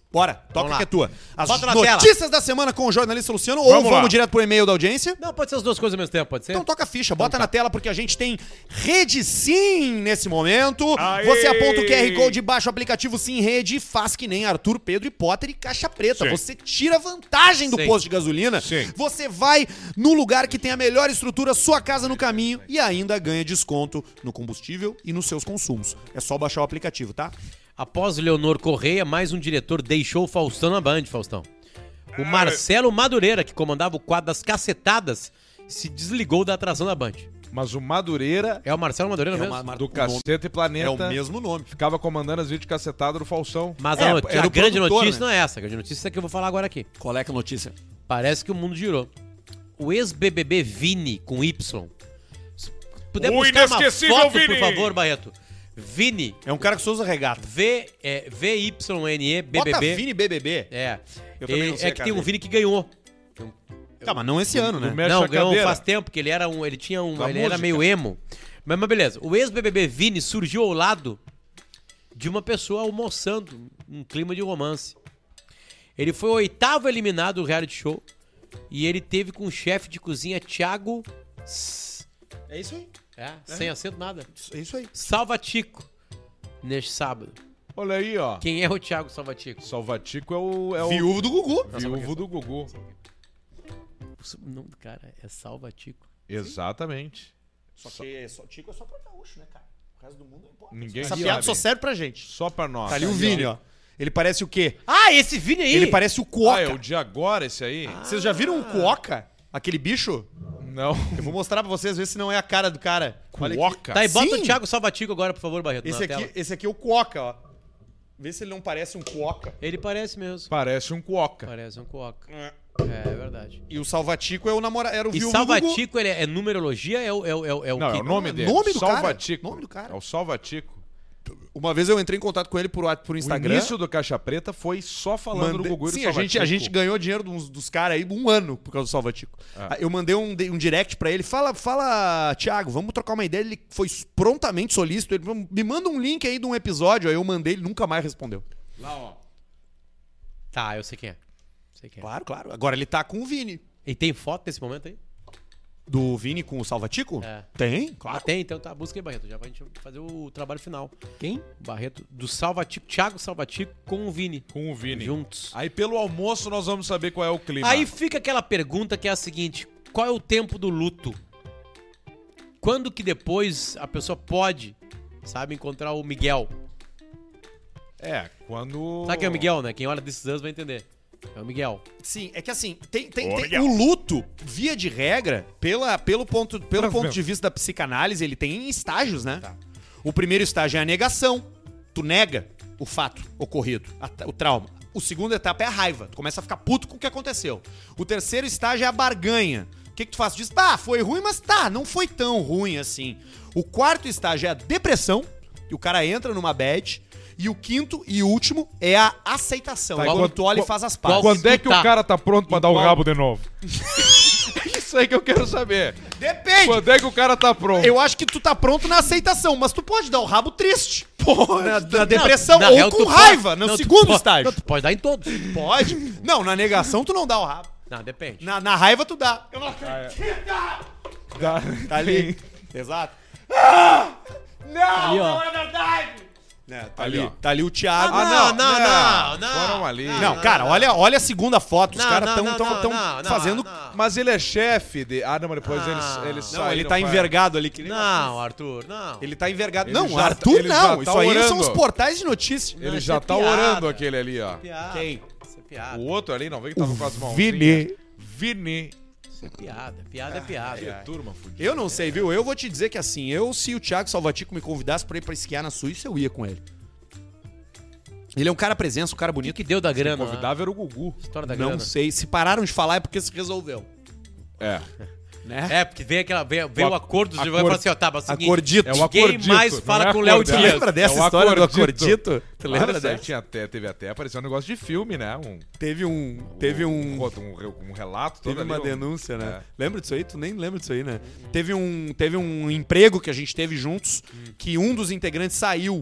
Bora, toca Vamos lá. que é tua. As Bota na notícias da semana com o jornalista Luciano ou Vamos vamos lá. direto pro e-mail da audiência? Não, pode ser as duas coisas ao mesmo tempo, pode ser? Então toca a ficha, bota na tela porque a gente tem Rede Sim nesse momento. Aê! Você aponta o Q R Code, baixa o aplicativo Sim Rede e faz que nem Arthur, Pedro e Potter e Caixa Preta. Sim. Você tira vantagem do Sim. posto de gasolina. Sim. Você vai no lugar que tem a melhor estrutura, sua casa no caminho e ainda ganha desconto no combustível e nos seus consumos. É só baixar o aplicativo, tá? Após Leonor Correia, mais um diretor deixou o Faustão na Band, Faustão. O Marcelo Madureira, que comandava o quadro das cacetadas, se desligou da atração da Band. Mas o Madureira, É o Marcelo Madureira É mesmo? uma- mar- do o nome- Cacete e Planeta, É o mesmo nome. ficava comandando as videocacetadas do Faustão. Mas É, a, not- era a o grande produtor, notícia né? não é essa. A grande notícia é essa que eu vou falar agora aqui. Qual é que é a notícia? Parece que o mundo girou. O ex-B B B Vini, com Y. Se puder O buscar uma inesquecível foto, Vini. por favor, Barreto. Vini, É um cara que só usa regata. V, é, V Y N E B B Bota B. Vini B B B. É. Eu também E- não sei é a que cara tem um dele. Vini que ganhou. Tá, mas não esse ano, né? Do Mexe Não, a ganhou Cadeira. faz tempo, porque ele era um. Ele tinha um. Da ele era música. meio emo. Mas, mas beleza. O ex-B B B Vini surgiu ao lado de uma pessoa almoçando, um clima de romance. Ele foi o oitavo eliminado do reality show. E ele teve com o chefe de cozinha Thiago. S- É isso aí. É, sem acento nada. É isso aí. Salvatico. Neste sábado. Olha aí, ó. Quem é o Thiago Salvatico? Salvatico é o, é o Viúvo do Gugu. viúvo do Gugu. O nome do cara é Salvatico. Exatamente. Só que só, Tico é só pra gaúcho, né, cara? O resto do mundo não importa. Ninguém Essa sabe. piada só serve pra gente. Só pra nós. Tá ali o Vini, ó. Ele parece o quê? Ah, esse Vini aí! Ele parece o Cuoca. Ah, é o de agora esse aí? Vocês já viram um Cuoca? Aquele bicho? Não. Eu vou mostrar pra vocês, ver se não é a cara do cara. Olha aqui. Cuoca? Tá, e bota Sim. o Thiago Salvatico agora, por favor, Barreto, Esse na aqui, tela. esse aqui é o Cuoca, ó. Vê se ele não parece um Cuoca. Ele parece mesmo. Parece um Cuoca. Parece um coca. É, é verdade. E o Salvatico é o namorado, era o E viúvo do Gugu. Salvatico, ele é, é numerologia? É o, é o, é o, é o Não, que? é o nome dele. nome do cara. Salvatico. Nome do cara. É o Salvatico. Uma vez eu entrei em contato com ele por, por O Instagram. início do Caixa Preta foi só falando Mandei- do Gugu e do Sim, a Salvatico. gente, a gente ganhou dinheiro dos, dos caras aí um ano por causa do Salvatico. Ah. Eu mandei um, de- um direct pra ele. Fala, fala, Thiago, vamos trocar uma ideia. Ele foi prontamente solícito. Ele falou, me manda um link aí de um episódio. Aí eu mandei, ele nunca mais respondeu. Lá, ó. Tá, eu sei quem é. Sei quem é. Claro, claro. Agora ele tá com o Vini. E tem foto nesse momento aí? Do Vini com o Salvatico? É. Tem, Ah, claro. tem, então tá. Busca aí, Barreto, já pra gente fazer o trabalho final. Quem? Barreto, do Salvatico, Thiago Salvatico com o Vini. Com o Vini. Juntos. Aí pelo almoço nós vamos saber qual é o clima. Aí fica aquela pergunta que é a seguinte: qual é o tempo do luto? Quando que depois a pessoa pode, sabe, encontrar o Miguel? É, quando... Sabe quem é o Miguel, né? Quem olha desses anos vai entender. É o Miguel. Sim, é que assim, tem, tem, tem- o luto, via de regra, pela, pelo, ponto, pelo Tranquilo. ponto de vista da psicanálise, ele tem estágios, né? O primeiro estágio é a negação. Tu nega o fato ocorrido, a- o trauma. O segundo etapa é a raiva. Tu começa a ficar puto com o que aconteceu. O terceiro estágio é a barganha. O que, que tu faz? Tu diz, tá, foi ruim, mas tá, não foi tão ruim assim. O quarto estágio é a depressão, e o cara entra numa bad. E o quinto e último é a aceitação. Tá, é e quando qual- tu olha e qual- faz as qual- pazes. Quando é que Tá. o cara tá pronto pra dar o Igual- rabo de novo? Isso aí que eu quero saber. Depende. Quando é que o cara tá pronto? Eu acho que tu tá pronto na aceitação, mas tu pode dar o rabo triste. Na, na depressão, Não, na ou real, com tu raiva, pode- no não, tu segundo pode- estágio. Não, tu pode dar em todos. Pode. Não, na negação tu não dá o rabo. Não, depende. Na, na raiva tu dá. Eu não acredito. Dá- Tá ali. Exato. Ah! Não, Ali, ó. não é verdade. É, tá ali, Ali, ó. tá ali o Thiago. Ah, não, não, não, não. Foram ali. Não, cara, olha, olha a segunda foto. Os Não, caras não, tão, não, tão, não, tão não, não, fazendo... não. Mas ele é chefe de... Ah, não, mas depois Ah. eles, eles Não, ele saíram tá pra- envergado ali. Que nem- Não, Arthur, não. Ele tá envergado. Ele não, já- Arthur ele já não. tá Isso aí orando. são os portais de notícias. Não, Ele isso já é tá piada. orando aquele ali, ó. Piada. Quem? Isso é piada. O outro ali, não vem que tava com as mãos. Vini. Vini. Isso é piada. Piada é piada. Que turma fudida. Eu não sei, viu? Eu vou te dizer que assim, eu, se o Thiago Salvatico me convidasse pra ir pra esquiar na Suíça, eu ia com ele. Ele é um cara presença, um cara O que, bonito. que deu da grana? né? Convidava era o Gugu. História da Não grana. sei. Se pararam de falar é porque se resolveu. É. Né? É, porque veio, aquela, veio, veio o, O acordo dos acor- advogados e falou assim, ó, tá, mas é o seguinte, Acordito. É o ninguém acordito. mais não fala é com o Léo acordado. Dias. Lembra dessa É o história do acordito. acordito? Tu Claro, lembra isso aí dessa? tinha até, teve até, apareceu um negócio de filme, né? Um, Teve um, teve um, um, um, um relato todo teve uma ali, um- denúncia, né? É. Lembra disso aí? Tu nem lembra disso aí, né? Teve um, teve um emprego que a gente teve juntos, que um dos integrantes saiu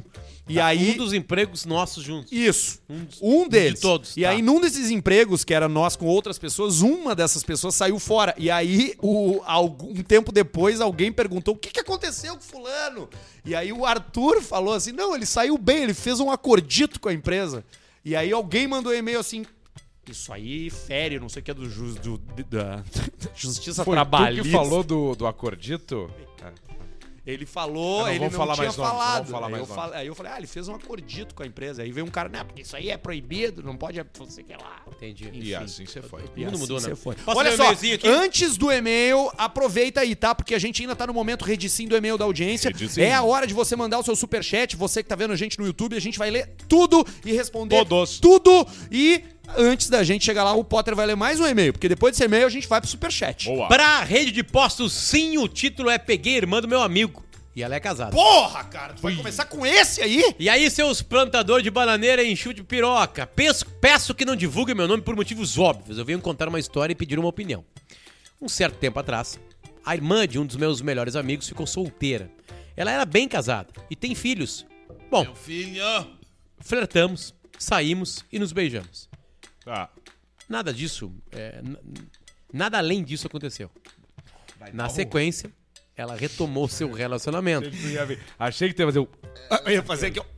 E aí... Um dos empregos nossos juntos. Isso. Um, dos- Um deles. De todos. E tá. aí, num desses empregos, que era nós com outras pessoas, uma dessas pessoas saiu fora. E aí, o, algum tempo depois, alguém perguntou o que, que aconteceu com fulano? E aí o Arthur falou assim, não, ele saiu bem, ele fez um acordito com a empresa. E aí alguém mandou um e-mail assim, isso aí fere, não sei o que, é do, ju- do da Justiça Foi tu Trabalhista. que falou do, do acordito? Ele falou, Eu não ele vou não falar tinha mais nomes, não falado. vou falar aí, mais eu nomes. fal- aí eu falei, ah, ele fez um acordito com a empresa. Aí veio um cara, não, porque isso aí é proibido, não pode, não sei o que lá. Entendi. E assim você foi. E mundo assim mudou, né? você foi. Posso Olha ler o só, e-mailzinho aqui? antes do e-mail, aproveita aí, tá? Porque a gente ainda tá no momento redicinho do e-mail da audiência. Redicinho. É a hora de você mandar o seu superchat. Você que tá vendo a gente no YouTube, a gente vai ler tudo e responder Todos. tudo. E antes da gente chegar lá, o Potter vai ler mais um e-mail, porque depois desse e-mail a gente vai pro superchat. Boa. Pra rede de postos, sim, o título é Peguei a Irmã do Meu Amigo. E ela é casada. Porra, cara, tu vai começar com esse aí? E aí, seus plantadores de bananeira e enxute de piroca, peço, peço que não divulguem meu nome por motivos óbvios. Eu venho contar uma história e pedir uma opinião. Um certo tempo atrás, a irmã de um dos meus melhores amigos ficou solteira. Ela era bem casada e tem filhos. Bom, Meu filho. flertamos, saímos e nos beijamos. Tá. Nada disso, é, n- nada além disso aconteceu. Na sequência, ela retomou seu relacionamento. Achei que tu ia ver. Achei que tu ia fazer o... Eu ia fazer aqui, ó.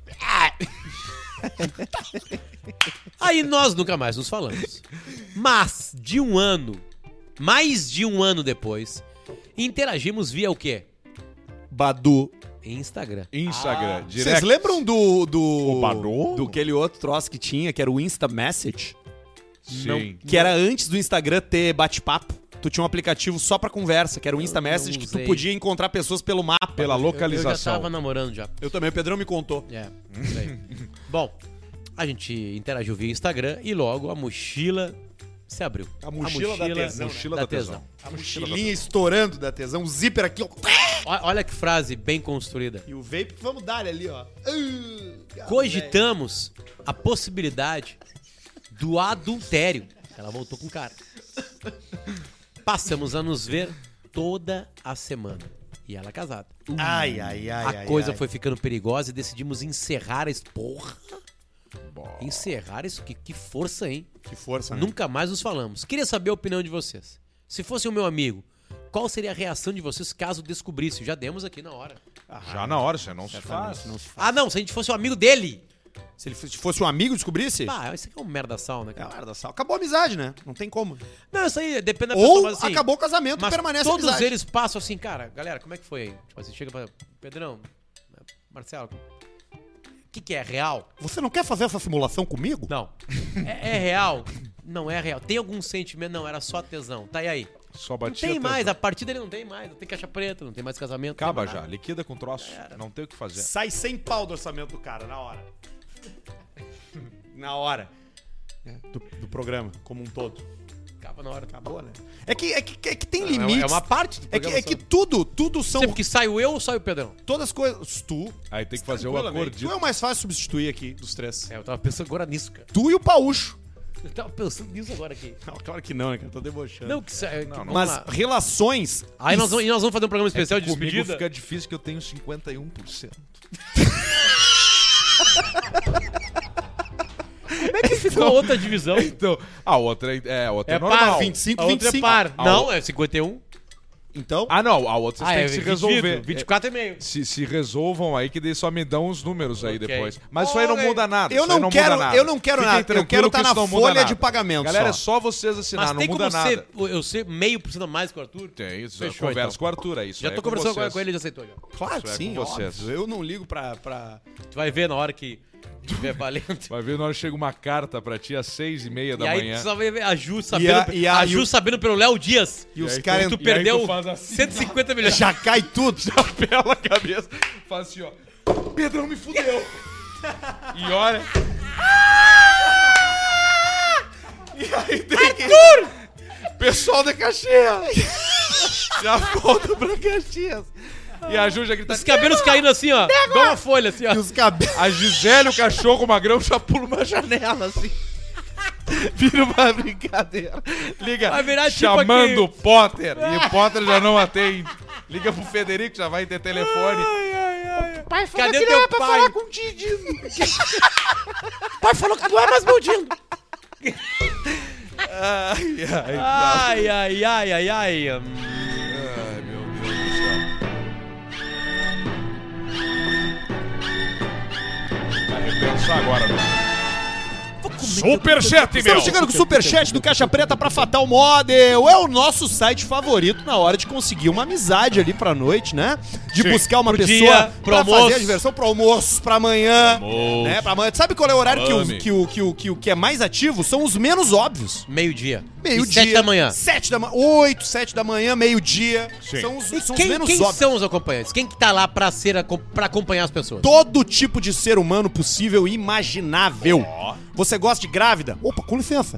Aí nós nunca mais nos falamos. Mas, de um ano, mais de um ano depois, interagimos via o quê? Badu. Instagram. Instagram. Vocês direct. lembram do. do O Badu? do aquele outro troço que tinha, que era o Insta Message? Sim. Que era antes do Instagram ter bate-papo. Tu tinha um aplicativo só pra conversa, que era o Insta Eu não Message, que tu usei. podia encontrar pessoas pelo mapa. Pela Eu já localização. tava namorando já. Eu também, o Pedrão me contou. É, isso aí. Bom, a gente interagiu via Instagram e logo a mochila se abriu. A mochila da tesão, né? Mochila da da tesão. tesão. A mochilinha estourando da tesão, o zíper aqui, ó. O- Olha que frase bem construída. E o vape, vamos dar ali, ó. Uh, Cogitamos a possibilidade do adultério. Ela voltou com o cara. Passamos a nos ver toda a semana. E ela casada. Ai, ai, ai, a ai, coisa ai. foi ficando perigosa e decidimos encerrar isso. Porra! Encerrar isso? Que, que força, hein? Que força, né? Nunca mais nos falamos. Queria saber a opinião de vocês. Se fosse o meu amigo, qual seria a reação de vocês caso descobrisse? Já demos aqui na hora. Já na hora, você não se faz. Não se faz. Ah, não, se a gente fosse o amigo dele. Se ele fosse- se fosse um amigo, descobrisse? Ah, isso aqui é um merda sal, né, É cara? uma merda sal. Acabou a amizade, né? Não tem como. Não, isso aí depende da pessoa, Ou mas assim... acabou o casamento, Mas permanece a todos amizade. eles passam assim, cara, galera, como é que foi aí? Tipo assim, chega pra... Pedrão, Marcelo, o que que é real? Você não quer fazer essa simulação comigo? Não. É, é real? Não é real. Tem algum sentimento? Não, era só tesão. Tá, e aí? Só Não batia tem mais, tesão. a partir dele não tem mais. Não tem caixa preta, não tem mais casamento. não Acaba tem mais já. Liquida com troço. Não tem o que fazer. Sai sem pau do orçamento do cara, na hora. Na hora. Do, do programa, como um todo. nada. Acaba na hora. Acabou, né? É que, é que, é que tem É uma- limites. É uma parte do É que, programa é que só. tudo, tudo são... Sempre que saio eu ou sai o Pedrão? Todas as coisas... Tu... Aí tem que fazer o tranquilamente. acordito. Tu é o mais fácil de substituir aqui, dos três. É, eu tava pensando agora nisso, cara. Tu e o Paúcho. Eu tava pensando nisso agora aqui. Não, claro que não, né, cara? Tô debochando. Não, que, sa- que não. vamos Mas lá. relações... Aí nós vamos, e nós vamos fazer um programa especial de Comigo despedida. fica difícil que eu tenho cinquenta e um por cento. Como é que ficou a outra divisão? Então, a outra é, é, a outra é, É normal. par. vinte e cinco, a outra vinte e cinco. é par. A Não, outra- é cinquenta e um. Então... Ah, não. A outra vocês Ah, têm é que se dividido, resolver. vinte e quatro e meio. Se, se resolvam aí, que daí só me dão os números aí Ok. depois. Mas isso aí não Olha, muda nada. eu isso aí não muda quero- nada. eu não quero Fiquem nada, eu tranquilo quero tá que na isso não muda folha nada. de pagamento Galera, só. é só vocês assinar, Mas não tem muda como nada. ser, eu ser meio por cento a mais que o Arthur? Tem isso, Fechou, conversa então. com o Arthur, é isso. Já aí tô é com conversando vocês. com ele, ele já aceitou já. Claro Isso que é sim, com vocês. óbvio. Eu não ligo pra... pra... Tu vai ver na hora que tiver valendo. Vai ver, na hora que chega uma carta pra ti às seis e meia E da aí manhã. tu só vai ver a Ju sabendo, a- e a- a e Ju o- sabendo pelo Léo Dias. E os aí caras... Tu e aí perdeu tu faz assim. cento e cinquenta milhões. Já cai tudo. Já pela a cabeça. Faz assim, ó. Pedrão me fudeu. E olha. E aí tem que... Pessoal da Caxias. Já volta pra Caxias. E a Ju já grita... Os cabelos caindo assim, ó. Igual uma folha, assim, ó. E os cabelos... A Gisele, o cachorro magrão, já pula uma janela, assim. Vira uma brincadeira. Liga, Vai virar tipo chamando aquele- o Potter. E o Potter já não atende. Liga pro Federico, já vai ter telefone. Pai falou Cadê que teu era pra pai? Falar com o Didi. Pai falou que não é mais meu Dindo. Ai, ai, ai, ai, ai, ai, ai. Ai, meu Deus do céu. Vai repensar agora, meu. Superchat, meu! Estamos chegando com o Superchat do Caixa Preta pra Fatal Model. É o nosso site favorito na hora de conseguir uma amizade ali pra noite, né? De Sim. buscar uma Pro pessoa dia, pro pra almoço. fazer a diversão pro almoço, pra amanhã. Almoço. Né? Pra amanhã. Sabe qual é o horário que o, Salame. que, o, que, o, que, o, que é mais ativo? São os menos óbvios. Meio-dia. Meio-dia. E Sete da manhã. Sete da manhã. Oito, sete da manhã, meio-dia. Sim. São os, E são quem, os menos quem óbvios. são os acompanhantes? Quem que tá lá pra, ser, acom- pra acompanhar as pessoas? Todo tipo de ser humano possível e imaginável. Você gosta de grávida? Opa, com licença.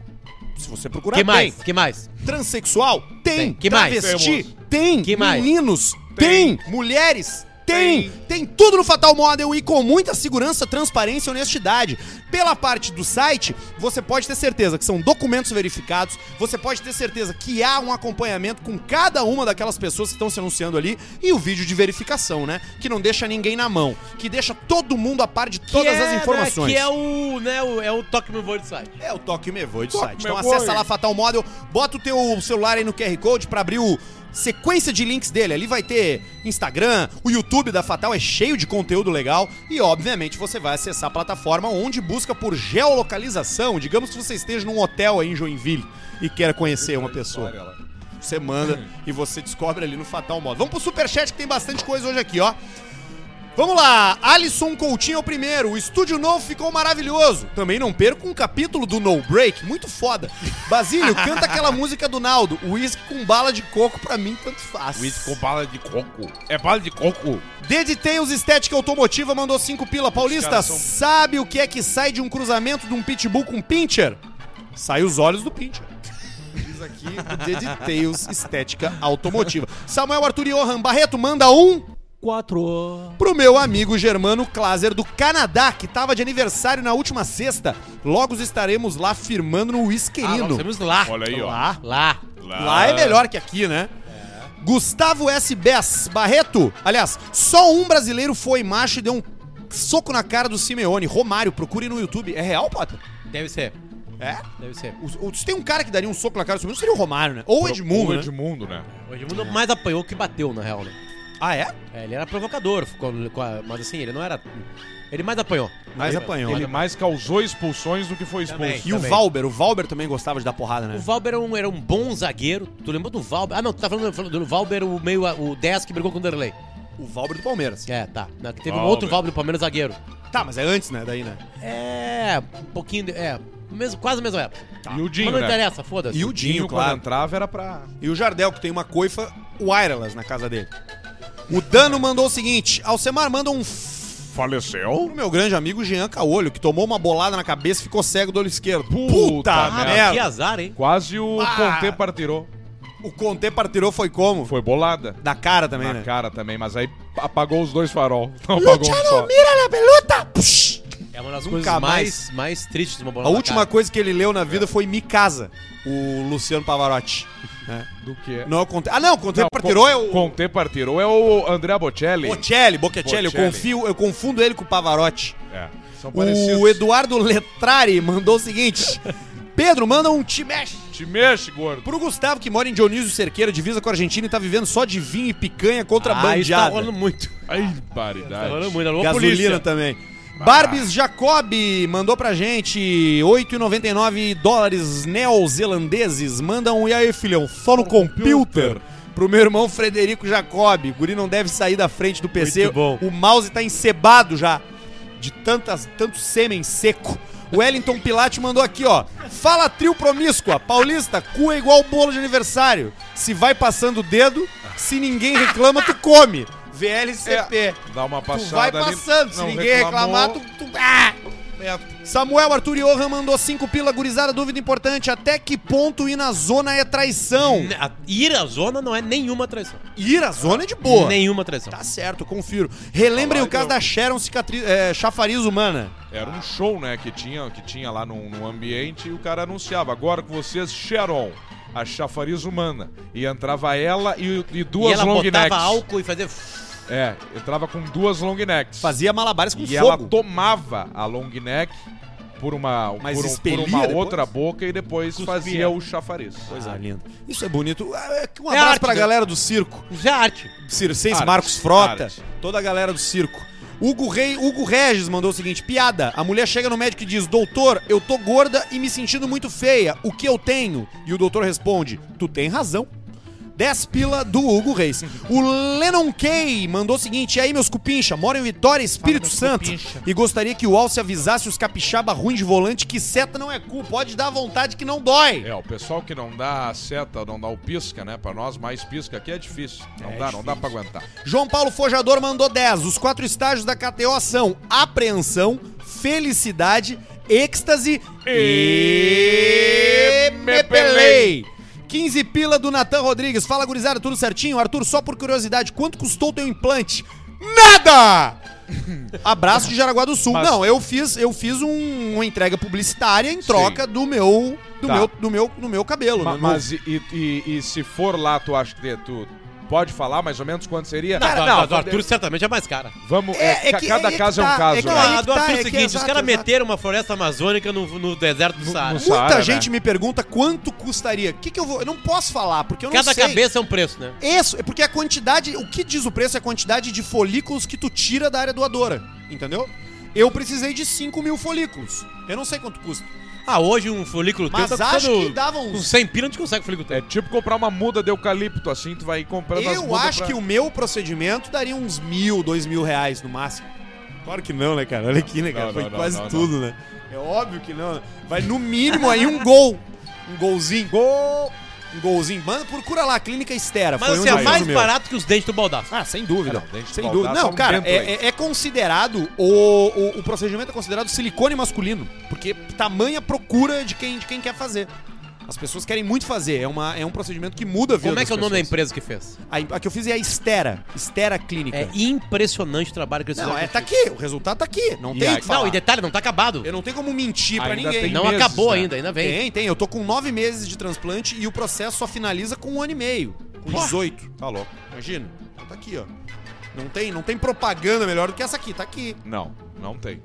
Se você procurar, Que tem. mais? Que mais? Transexual? Tem. Tem. Que mais? Travesti? Tem. Que mais? Meninos? Tem. Mulheres? Tem. Tem tudo no Fatal Model e com muita segurança, transparência e honestidade. Pela parte do site, você pode ter certeza que são documentos verificados, você pode ter certeza que há um acompanhamento com cada uma daquelas pessoas que estão se anunciando ali e o vídeo de verificação, né? Que não deixa ninguém na mão, que deixa todo mundo a par de todas que é, as informações. Né, que é o, né, o, é o toque me voe do site. É o Toque Me Voe do Toque site. Me Então Voe. acessa lá Fatal Model, bota o teu celular aí no Q R Code pra abrir o sequência de links dele. Ali vai ter Instagram, o YouTube da Fatal é cheio de conteúdo legal e, obviamente, você vai acessar a plataforma onde busca por geolocalização. Digamos que você esteja num hotel aí em Joinville e queira conhecer uma pessoa. Você manda e você descobre ali no Fatal Model. Vamos pro Superchat que tem bastante coisa hoje aqui, ó. Vamos lá, Alisson Coutinho é o primeiro. O estúdio novo ficou maravilhoso. Também não perco um capítulo do No Break, muito foda. Basílio, canta aquela música do Naldo. Whisky com bala de coco, pra mim, tanto faz. Whisky com bala de coco. É bala de coco. The Details Estética Automotiva mandou cinco pila. Paulista, são- sabe o que é que sai de um cruzamento de um pitbull com pincher? Sai os olhos do pincher. Diz aqui o The Details Estética Automotiva. Samuel Arthur Johan Barreto manda um... Quatro. Pro meu amigo Germano Klaser do Canadá, que tava de aniversário na última sexta. Logo estaremos lá firmando no Ah, nós Whiskerino. temos lá. Olha aí, ó. Lá. Lá. Lá é melhor que aqui, né? Gustavo S. Bess Barreto. Aliás, só um brasileiro foi macho e deu um soco na cara do Simeone. Romário, procure no YouTube. É real, Potter? Deve ser. É? Deve ser. O- o- Se tem um cara que daria um soco na cara do Simeone, seria o Romário, né? Ou o Edmundo, O né? Edmundo, né? O Edmundo mais apanhou que bateu, na real, né? Ah, é? É, ele era provocador, ficou- mas assim, ele não era... Ele mais apanhou. Mais Ele- apanhou. Ele mais causou expulsões do que foi expulso. Também. E o Valber, o Valber também gostava de dar porrada, né? O Valber era um, era um bom zagueiro. Tu lembra do Valber? Ah, não, tu tá falando, falando do Valber, o meio, o dez que brigou com o Derlei. O Valber do Palmeiras. É, tá. Não, que teve um Valber. outro Valber do Palmeiras zagueiro. Tá, mas é antes, né? Daí, né? É, um pouquinho, de, é, mesmo, quase a mesma época. E o Dinho, Mas não né? interessa, foda-se. E o Dinho, Dinho, quando claro. entrava, era pra... E o Jardel, que tem uma coifa wireless na casa dele. O Dano mandou o seguinte: Alcemar manda um f... Faleceu? pro meu grande amigo Jean Caolho, que tomou uma bolada na cabeça e ficou cego do olho esquerdo. Puta Puta Ah, merda! que azar, hein? Quase o Ah. Conte partirou. O Conte partirou foi como? Foi bolada. Da cara também, Na né? cara também, mas aí apagou os dois farol. Não apagou um só. mira na peluta! Puxa! É uma das Nunca coisas mais. mais, mais tristes de uma bola A na última cara. coisa que ele leu na vida foi Mi Casa, o Luciano Pavarotti. né? Do que? Não é o Conte. Ah, não, o Conte Não, partirou é o. Conte partirou é o Andrea Bocelli. Bocelli, Bocchetelli, eu, Bocelli. confio, eu confundo ele com o Pavarotti. É, são parecidos. O Eduardo Letrari mandou o seguinte: Pedro, manda um te mexe Te mexe, gordo. pro Gustavo, que mora em Dionísio Cerqueira, divisa com a Argentina e tá vivendo só de vinho e picanha Ah, isso tá contrabandeada. rolando muito. Ai, Tá baridade. rolando muito. Alô, Gasolina polícia. também. Barbis Jacob mandou pra gente oito e noventa e nove dólares neozelandeses. Manda um e aí, filhão, só no computer. Pro meu irmão Frederico Jacob. O guri não deve sair da frente do P C. Muito bom. O mouse tá encebado já. De tantas, tanto sêmen seco. O Wellington Pilate mandou aqui, ó. Fala, trio promíscua. Paulista, cu é igual bolo de aniversário. Se vai passando o dedo, se ninguém reclama, tu come. V L C P. É, dá uma Tu passada vai ali, passando, se não ninguém reclamar, tu... tu- ah! É, Samuel Arthur Johan mandou cinco pila, gurizada, dúvida importante, até que ponto ir na zona é traição? A- Ir à zona não é nenhuma traição. Ir à zona é de boa. Nenhuma traição. Tá certo, eu confiro. Relembrem o caso da Sharon cicatri... é, chafariz humana. Era um show, né, que tinha, que tinha lá no, no ambiente e o cara anunciava. Agora com vocês, Sharon, a chafariz humana. E entrava ela e, e E duas ela long botava necks. álcool e fazia... É, entrava com duas long necks. Fazia malabares com e fogo. ela tomava a long neck por uma, Mas por, um- expelia por uma depois? outra boca e depois Cuspia. fazia o chafariz. Coisa linda. Isso é bonito. É, Um É abraço arte, pra né? galera do circo. Isso é arte. Circense, Arte, Marcos Frota, arte. toda a galera do circo. Hugo, Rei, Hugo Regis mandou o seguinte: piada. A mulher chega no médico e diz: doutor, eu tô gorda e me sentindo muito feia. O que eu tenho? E o doutor responde: tu tem razão. dez pila do Hugo Reis. O Lennon Kay mandou o seguinte: e aí, meus cupincha, moro em Vitória, Espírito meus Santo. cupincha. E gostaria que o Alce avisasse os capixaba ruim de volante que seta não é cu. Pode dar vontade que não dói. É, o pessoal que não dá a seta, não dá o pisca, né? Pra nós, mais pisca aqui é difícil. Não É dá, não dá difícil. pra aguentar. João Paulo Fojador mandou dez. Os quatro estágios da K T O são apreensão, felicidade, êxtase e... me pelei. quinze pila do Natan Rodrigues. Fala, gurizada, tudo certinho? Arthur, só por curiosidade, quanto custou teu implante? Nada! Abraço de Jaraguá do Sul. Mas- Não, eu fiz, eu fiz um- uma entrega publicitária em troca do meu do Tá. meu do meu do meu cabelo, Ma- né? mas e, e- e- e se for lá, tu acha que tu pode falar mais ou menos quanto seria? Não, Cara, a não, do Arthur certamente é mais cara. Vamos, É- é, é ca- que- cada é que caso é tá, um caso, é que Não, né? aí a que do tá, Arthur é é o que seguinte, exato, os caras exato. meteram uma floresta amazônica no, no deserto do Saara. no Muita Saara, gente né? me pergunta quanto custaria. O que que eu vou? Eu não posso falar porque eu não Cada sei. cabeça é um preço, né? Isso, é porque a quantidade, o que diz o preço é a quantidade de folículos que tu tira da área doadora, entendeu? Eu precisei de cinco mil folículos. Eu não sei quanto custa. Ah, hoje um folículo teu Mas tá acho custando... que dava Com uns... cem pila a gente consegue folículo teu. É tipo comprar uma muda de eucalipto, assim, tu vai comprando as Eu mudas acho pra- que o meu procedimento daria uns mil, dois mil reais no máximo. Claro que não, né, cara? Olha aqui, né, cara? Não, Foi não, não, quase não, tudo, né? É óbvio que não. Vai no mínimo aí um gol. Um golzinho. Gol! Um golzinho. Manda, procura lá, Clínica Estera. Mas Foi assim, onde eu é fiz mais o meu. barato que os dentes do baldaço. Ah, sem dúvida. É, não, dente de sem baldado dúvida. Não, é um cara, bento é, aí. é- é considerado, o, o, o procedimento é considerado silicone masculino. Porque tamanha procura de quem, de quem quer fazer. As pessoas querem muito fazer. É, uma, é um procedimento que muda a vida Como é das que é o nome da pessoas. empresa que fez? A, a que eu fiz é a Estera. Estera Clínica. É impressionante o trabalho que eles Não, fizeram. é, tá aqui. O resultado tá aqui. Não E tem o aí- que falar. Não, e detalhe, não tá acabado. Eu não tenho como mentir pra Ainda ninguém. tem Não meses, acabou né? ainda, ainda vem. Tem, tem. Eu tô com nove meses de transplante e o processo só finaliza com um ano e meio. Com dezoito. Tá louco. Imagina. Tá aqui, ó. Não tem, não tem propaganda melhor do que essa aqui. Tá aqui. Não, não tem.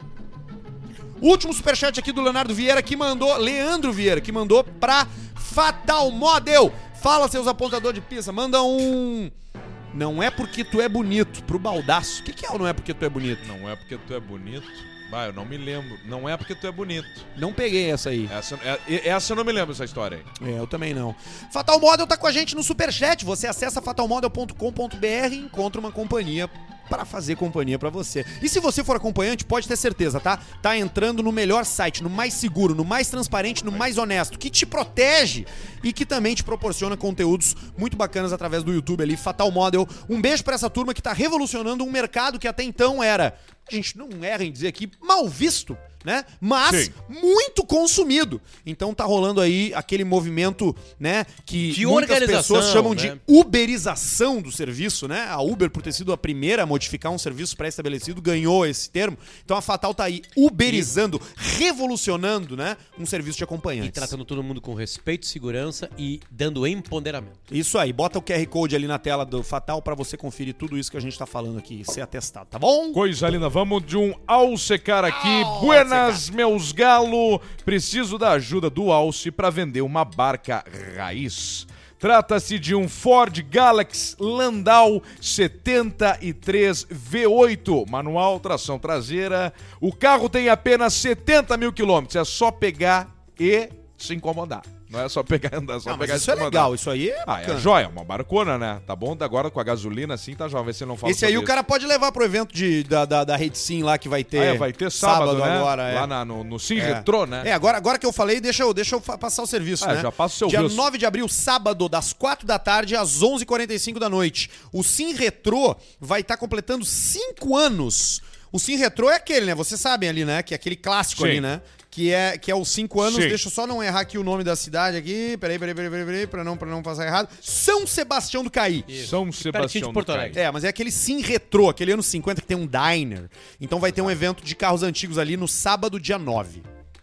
Último superchat aqui do Leonardo Vieira que mandou... Leandro Vieira, que mandou pra Fatal Model. Fala, seus apontadores de pista. Manda um... Não é porque tu é bonito, pro baldaço. O que, que é o não é porque tu é bonito? Não é porque tu é bonito. Vai, eu não me lembro. Não é porque tu é bonito. Não peguei essa aí. Essa, é- essa eu não me lembro, essa história aí. É, eu também não. Fatal Model tá com a gente no Superchat. Você acessa fatal model ponto com ponto b r e encontra uma companhia para fazer companhia pra você. E se você for acompanhante, pode ter certeza, tá? Tá entrando no melhor site, no mais seguro, no mais transparente, no mais honesto, que te protege e que também te proporciona conteúdos muito bacanas através do YouTube ali, Fatal Model. Um beijo pra essa turma que tá revolucionando um mercado que até então era, a gente não erra em dizer aqui, mal visto, né? Mas Sim. muito consumido. Então tá rolando aí aquele movimento, né, que De muitas organização, pessoas chamam né? de uberização do serviço, né? A Uber, por ter sido a primeira a modificar um serviço pré-estabelecido, ganhou esse termo. Então a Fatal tá aí uberizando, revolucionando, né, um serviço de E acompanhantes. tratando todo mundo com respeito, segurança e dando empoderamento. Isso aí, bota o Q R Code ali na tela do Fatal pra você conferir tudo isso que a gente tá falando aqui, ser atestado, tá bom? Coisa linda, vamos de um Alcecar aqui. Buenas, meus galo. Preciso da ajuda do Alce para vender uma barca raiz. Trata-se de um Ford Galaxy Landau setenta e três V oito, manual, tração traseira. O carro tem apenas setenta mil quilômetros, é só pegar e se incomodar. Não é só pegar e andar, é só Não, mas pegar e isso se é incomodar. legal, isso aí é Ah, é bacana. joia, uma barcona, né? Tá bom? Agora com a gasolina assim, tá jovem, você não fala Esse aí sobre o isso. cara pode levar pro evento de, da, da, da Rede Sim lá que vai ter. Ah, é, vai ter sábado, né? agora, é. Lá na- no, no Sim É. Retrô, né? É, agora, agora que eu falei, deixa eu, deixa eu fa- passar o serviço, Ah, né? já passa o seu Dia serviço. nove de abril, sábado, das quatro da tarde às onze e quarenta e cinco da noite. O Sim Retrô vai estar completando cinco anos. O Sim Retrô é aquele, né? Vocês sabem ali, né? Que é aquele clássico Sim. ali, né? Que é, que é os cinco anos. Sim. Deixa eu só não errar aqui o nome da cidade aqui. Peraí, peraí, peraí, peraí, peraí pra não, pra não passar errado. São Sebastião do Caí. São Pertinho Sebastião de Porto do Caí. Alegre. É, mas é aquele Sim Retrô, aquele anos cinquenta que tem um diner. Então vai ter um evento de carros antigos ali no sábado, dia nove.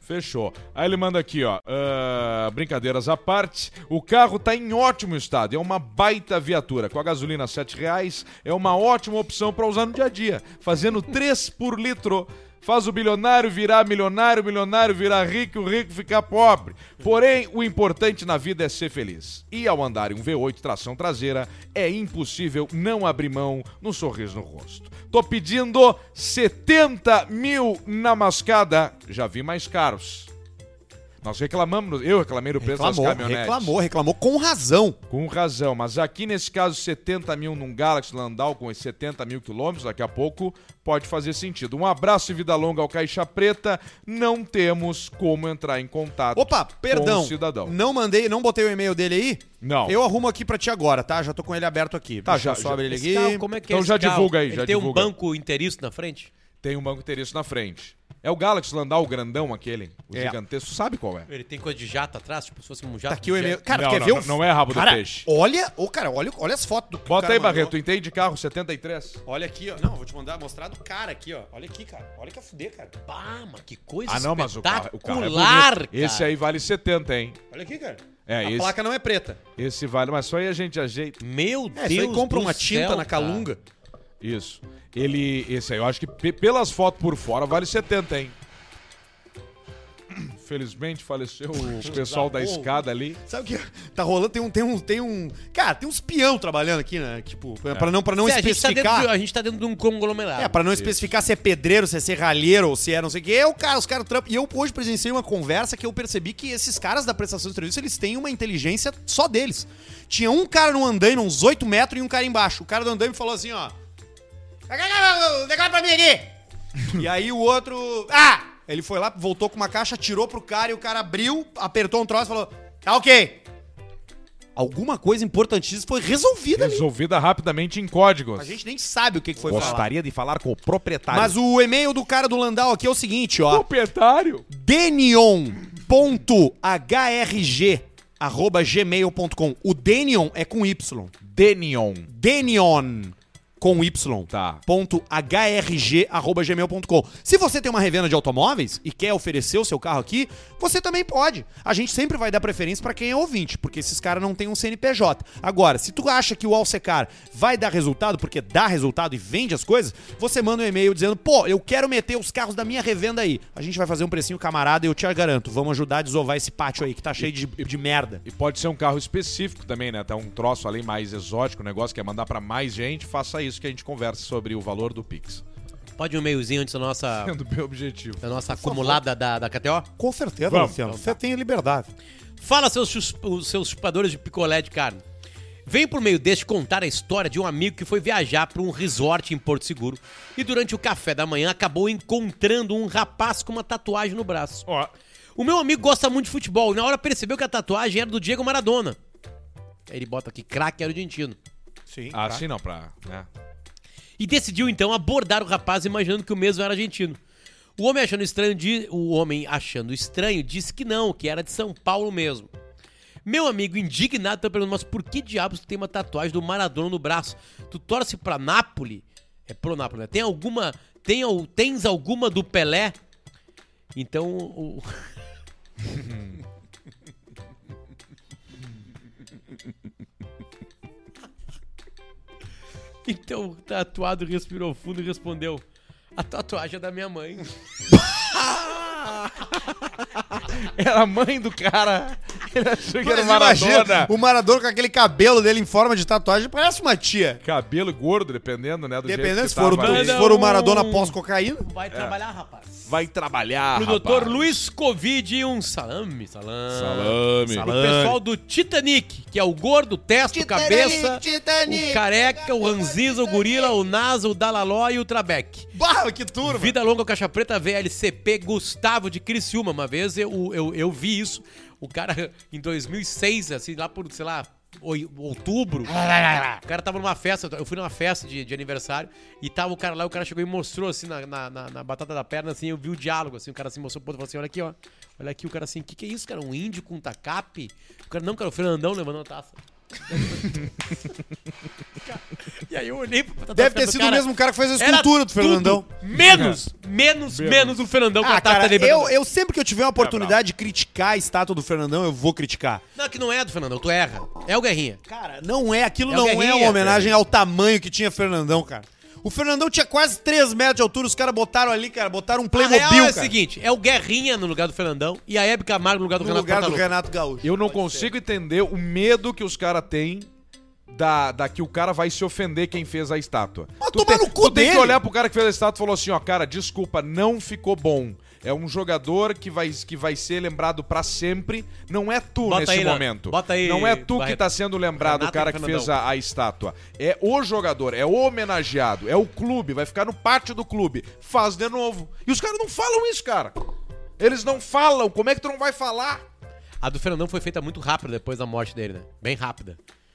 Fechou. Aí ele manda aqui, ó. Uh, brincadeiras à parte. O carro tá em ótimo estado. É uma baita viatura. Com a gasolina a sete reais, é uma ótima opção para usar no dia a dia. Fazendo três por litro. Faz o bilionário virar milionário, o milionário virar rico, o rico ficar pobre. Porém, o importante na vida é ser feliz. E ao andar em um V oito tração traseira, é impossível não abrir mão no sorriso no rosto. Tô pedindo setenta mil na mascada. Já vi mais caros. Nós reclamamos, eu reclamei do preço Reclamou, das caminhonetes. reclamou, reclamou com razão. Com razão, mas aqui nesse caso setenta mil num Galaxy Landau com setenta mil quilômetros, daqui a pouco pode fazer sentido. Um abraço e vida longa ao Caixa Preta, não temos como entrar em contato Opa, perdão, com o cidadão. não mandei, não botei o e-mail dele aí? Não. Eu arrumo aqui pra ti agora, tá? Já tô com ele aberto aqui. Tá, Deixa eu já- só abrir ele Esse aqui. carro, como é que Então é esse já carro? divulga aí, Ele já tem divulga. um banco inteiriço na frente? Tem um banco interesse na frente. É o Galaxy Landau, o grandão aquele, o É. gigantesco, sabe qual é? Ele tem coisa de jato atrás, tipo se fosse um jato. Tá aqui o de e-mail. jet. Cara, Não, quer não, ver não, o... não é rabo do cara, peixe. Olha, ô, cara, olha, olha as fotos do que o Bota cara aí, mandou. Barreto, tu entende de carro setenta e três? Olha aqui, ó. Não, vou te mandar, mostrar do cara aqui, ó. Olha aqui, cara. Olha que a fuder, cara. Pá, mas que coisa Ah, não, mas o carro, o carro é espetacular, bonito. cara. Esse aí vale setenta, hein? Olha aqui, cara. É, a esse- placa não é preta. Esse vale, mas só aí a gente ajeita. Meu É, Deus isso aí compra do uma tinta céu, na cara. calunga. Isso. Ele, esse aí, eu acho que pe- pelas fotos por fora vale setenta, hein? Felizmente faleceu o pessoal da escada ali. Sabe o que tá rolando? Tem um, tem um, tem um... Cara, tem uns peão trabalhando aqui, né? Tipo, pra não, pra não Cê, a, gente tá especificar... dentro de, a gente tá dentro de um conglomerado. É, pra não especificar se é pedreiro, se é serralheiro ou se é não sei o que. É o cara, os caras trampam. E eu hoje presenciei uma conversa que eu percebi que esses caras da prestação de serviço, eles têm uma inteligência só deles. Tinha um cara no andaime, uns oito metros, e um cara embaixo. O cara do andaime falou assim, ó... Declara pra mim aqui! E aí o outro... Ah! Ele foi lá, voltou com uma caixa, tirou pro cara e o cara abriu, apertou um troço e falou... Tá ok. Alguma coisa importantíssima foi resolvida ali. Resolvida rapidamente em códigos. A gente nem sabe o que que foi falado. Gostaria de falar com o proprietário. Mas o e-mail do cara do Landau aqui é o seguinte, ó. Proprietário? denion ponto h r g arroba gmail ponto com. O Denion é com Y. Denion. Denion com Y. Tá. Ponto hrg arroba gmail ponto com. Se você tem uma revenda de automóveis e quer oferecer o seu carro aqui, você também pode. A gente sempre vai dar preferência pra quem é ouvinte, porque esses caras não têm um C N P J. Agora, se tu acha que o Alsecar vai dar resultado, porque dá resultado e vende as coisas, você manda um e-mail dizendo, pô, eu quero meter os carros da minha revenda aí. A gente vai fazer um precinho camarada e eu te garanto, vamos ajudar a desovar esse pátio aí que tá cheio de, de merda. E pode ser um carro específico também, né? Tá um troço ali mais exótico, um negócio que é mandar pra mais gente, faça isso que a gente conversa sobre o valor do Pix. Pode um e-mailzinho antes da nossa, Sendo bem objetivo. da nossa acumulada da, da K T O? Com certeza, Vamos. Luciano. Você tem liberdade. Fala, seus, chus- os seus chupadores de picolé de carne. Venho por meio deste contar a história de um amigo que foi viajar para um resort em Porto Seguro e durante o café da manhã acabou encontrando um rapaz com uma tatuagem no braço. Ó, O meu amigo gosta muito de futebol e na hora percebeu que a tatuagem era do Diego Maradona. Aí ele bota aqui, craque argentino. Sim. ah, assim não, pra... né? E decidiu então abordar o rapaz imaginando que o mesmo era argentino. O homem achando estranho, di- o homem achando estranho disse que não, que era de São Paulo mesmo. Meu amigo indignado tá perguntando, mas por que diabos tu tem uma tatuagem do Maradona no braço? Tu torce pra Nápoles? É pro Nápoles, né? Tem alguma, tem, al- tens alguma do Pelé? Então o... Então o tatuado respirou fundo e respondeu: a tatuagem é da minha mãe. Era a mãe do cara. Ele achou que era Mas Maradona. imagina, o Maradona com aquele cabelo dele em forma de tatuagem parece uma tia. Cabelo gordo, dependendo, né? Do Dependendo jeito se que for, o, tava ali. se for o Maradona pós-cocaína. Vai trabalhar, rapaz. Vai trabalhar, Pro rapaz. doutor Luiz Covid, um salame, salame. Salame. Pro pessoal do Titanic, que é o gordo, o testo, cabeça, o careca, o ranziza, o gorila, o nasa, o dalaló e o trabeque. Bah, que turma. Vida Longa Caixa Preta V L C P Gustavo de Criciúma. Uma vez eu, eu, eu vi isso. O cara, em dois mil e seis, assim, lá por, sei lá, oi- outubro, o cara tava numa festa, eu fui numa festa de, de aniversário, e tava o cara lá, o cara chegou e mostrou, assim, na, na, na- na batata da perna, assim, eu vi o diálogo, assim, o cara assim, mostrou pro outro, falou assim, olha aqui, ó, olha aqui, o cara assim, o que que é isso, cara, um índio com tacape? O cara, não, cara, o Fernandão levando a taça. E aí eu olhei pra Deve ter sido o mesmo cara que fez a escultura do Fernandão. Menos, menos, menos o Fernandão com Ah, a taça cara, da Libertadores. eu, eu sempre que eu tiver uma oportunidade de criticar a estátua do Fernandão, eu vou criticar. Não, que não é do Fernandão, tu erra. É o Guerrinha. Cara, não é, aquilo É o não é Guerrinha, uma homenagem ao tamanho que tinha Fernandão, cara. O Fernandão tinha quase três metros de altura, os caras botaram ali, cara, botaram um A Playmobil, real é o cara. seguinte, é o Guerrinha no lugar do Fernandão e a Hebe Camargo no lugar do No Renato lugar do Portaluppi. Renato Gaúcho. Eu não consigo entender o medo que os caras têm da, da que o cara vai se ofender quem fez a estátua. Mas tu tomar tem, no cu tu tem que dele. olhar pro cara que fez a estátua e falou assim, ó, cara, desculpa, não ficou bom. É um jogador que vai, que vai ser lembrado pra sempre. Não é tu Bota nesse aí, Leandro. momento. Bota aí, não é tu Barreto. que tá sendo lembrado, Renato o cara e que Fernandão. fez a, a estátua. É o jogador, é o homenageado, é o clube, vai ficar no pátio do clube. Faz de novo. E os caras não falam isso, cara. Eles não falam. Como é que tu não vai falar? A do Fernandão foi feita muito rápido depois da morte dele, né? Bem rápida.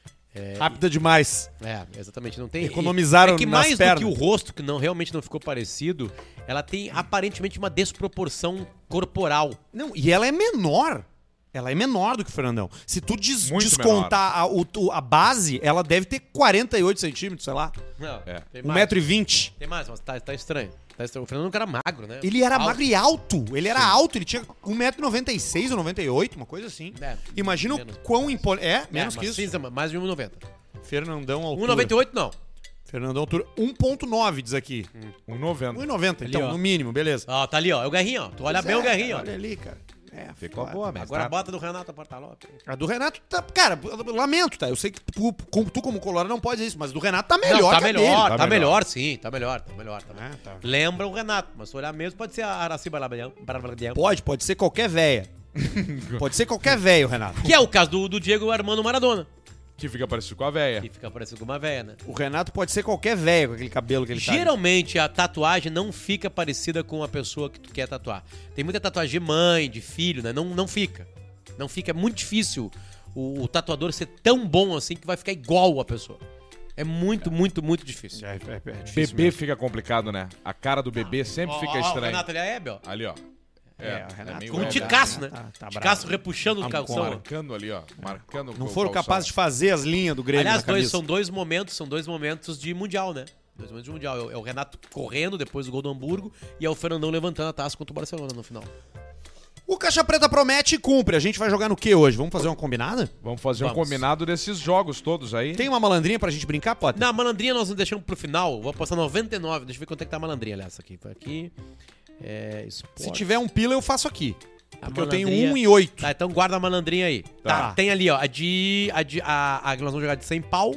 Rápida demais. É, exatamente, não tem... Economizaram é que nas mais pernas. do que o rosto, que não realmente não ficou parecido, ela tem aparentemente uma desproporção corporal. Não, e ela é menor. Ela é menor do que o Fernandão. Se tu des- Muito descontar a, o- o- a base, ela deve ter quarenta e oito centímetros, sei lá. Não, É. tem um mais. metro e vinte. Tem mais, mas tá, tá estranho. Tá estranho. O Fernandão era magro, né? Ele era Alto. magro e alto. Ele era alto. Ele tinha um metro e noventa e seis ou noventa e oito, uma coisa assim. É, Imagina menos. o quão imponente... É, menos É, que mas isso. sim, mais de um e noventa. Fernandão altura. um e noventa e oito não. Fernandão altura um ponto nove, diz aqui. um e noventa. um e noventa, então, ó. no mínimo, beleza. Ó, tá ali, ó. É o Guerrinho, ó. Tu olha bem o Guerrinho, ó. Olha ali, cara. É, Ficou foda. boa, mas Agora tá- bota do Renato Portaluppi. A do Renato tá... Cara, lamento, tá? Eu sei que tu, como- tu como colorado, não pode dizer isso, mas do Renato tá melhor Não, tá que a melhor, dele. tá, Tá melhor. melhor. sim, tá melhor, tá melhor. Tá melhor. É, tá. Lembra o Renato, mas se olhar mesmo, pode ser a Araci Barabadião. Pode, pode ser qualquer véia. Pode ser qualquer velho, Renato. Que é o caso do, do Diego Armando Maradona. Que fica parecido com a véia. Que fica parecendo com uma véia, né? O Renato pode ser qualquer velho com aquele cabelo que ele tá. Geralmente a tatuagem não fica parecida com a pessoa que tu quer tatuar. Tem muita tatuagem de mãe, de filho, né? Não, não fica. Não fica. É muito difícil o, o tatuador ser tão bom assim que vai ficar igual a pessoa. É muito, muito, muito difícil. É, é, é difícil Bebê mesmo. fica complicado, né? A cara do bebê sempre Ó, fica ó, ó, O estranha. Renato, ele é Hebe, ó. Ali, ó. É, o Renato meio Com um Hebe. ticaço, né? Tá- tá Ticaço bravo. repuxando o Com- calção. ó. Marcando ali, ó. Marcando Não o foram calção. capazes de fazer as linhas do Grêmio Aliás, na dois, camisa. são dois momentos, são dois momentos de mundial, né? Dois momentos de mundial. É o- É o Renato correndo depois do gol do Hamburgo e é o Fernandão levantando a taça contra o Barcelona no final. O Caixa Preta promete e cumpre. A gente vai jogar no que hoje? Vamos fazer uma combinada? Vamos fazer um Vamos. combinado desses jogos todos aí. Tem uma malandrinha pra gente brincar, pode? Na malandrinha nós deixamos pro final. Vou apostar noventa e nove. Deixa eu ver quanto é que tá a malandrinha, aliás. Aqui. Foi aqui. É. Esporte. Se tiver um pila, eu faço aqui. A Porque eu tenho malandrinha- um e oito. Tá, então guarda a malandrinha aí. Tá. Tá. Tem ali, ó. A de. A de. A, a que nós vamos jogar de cem pau.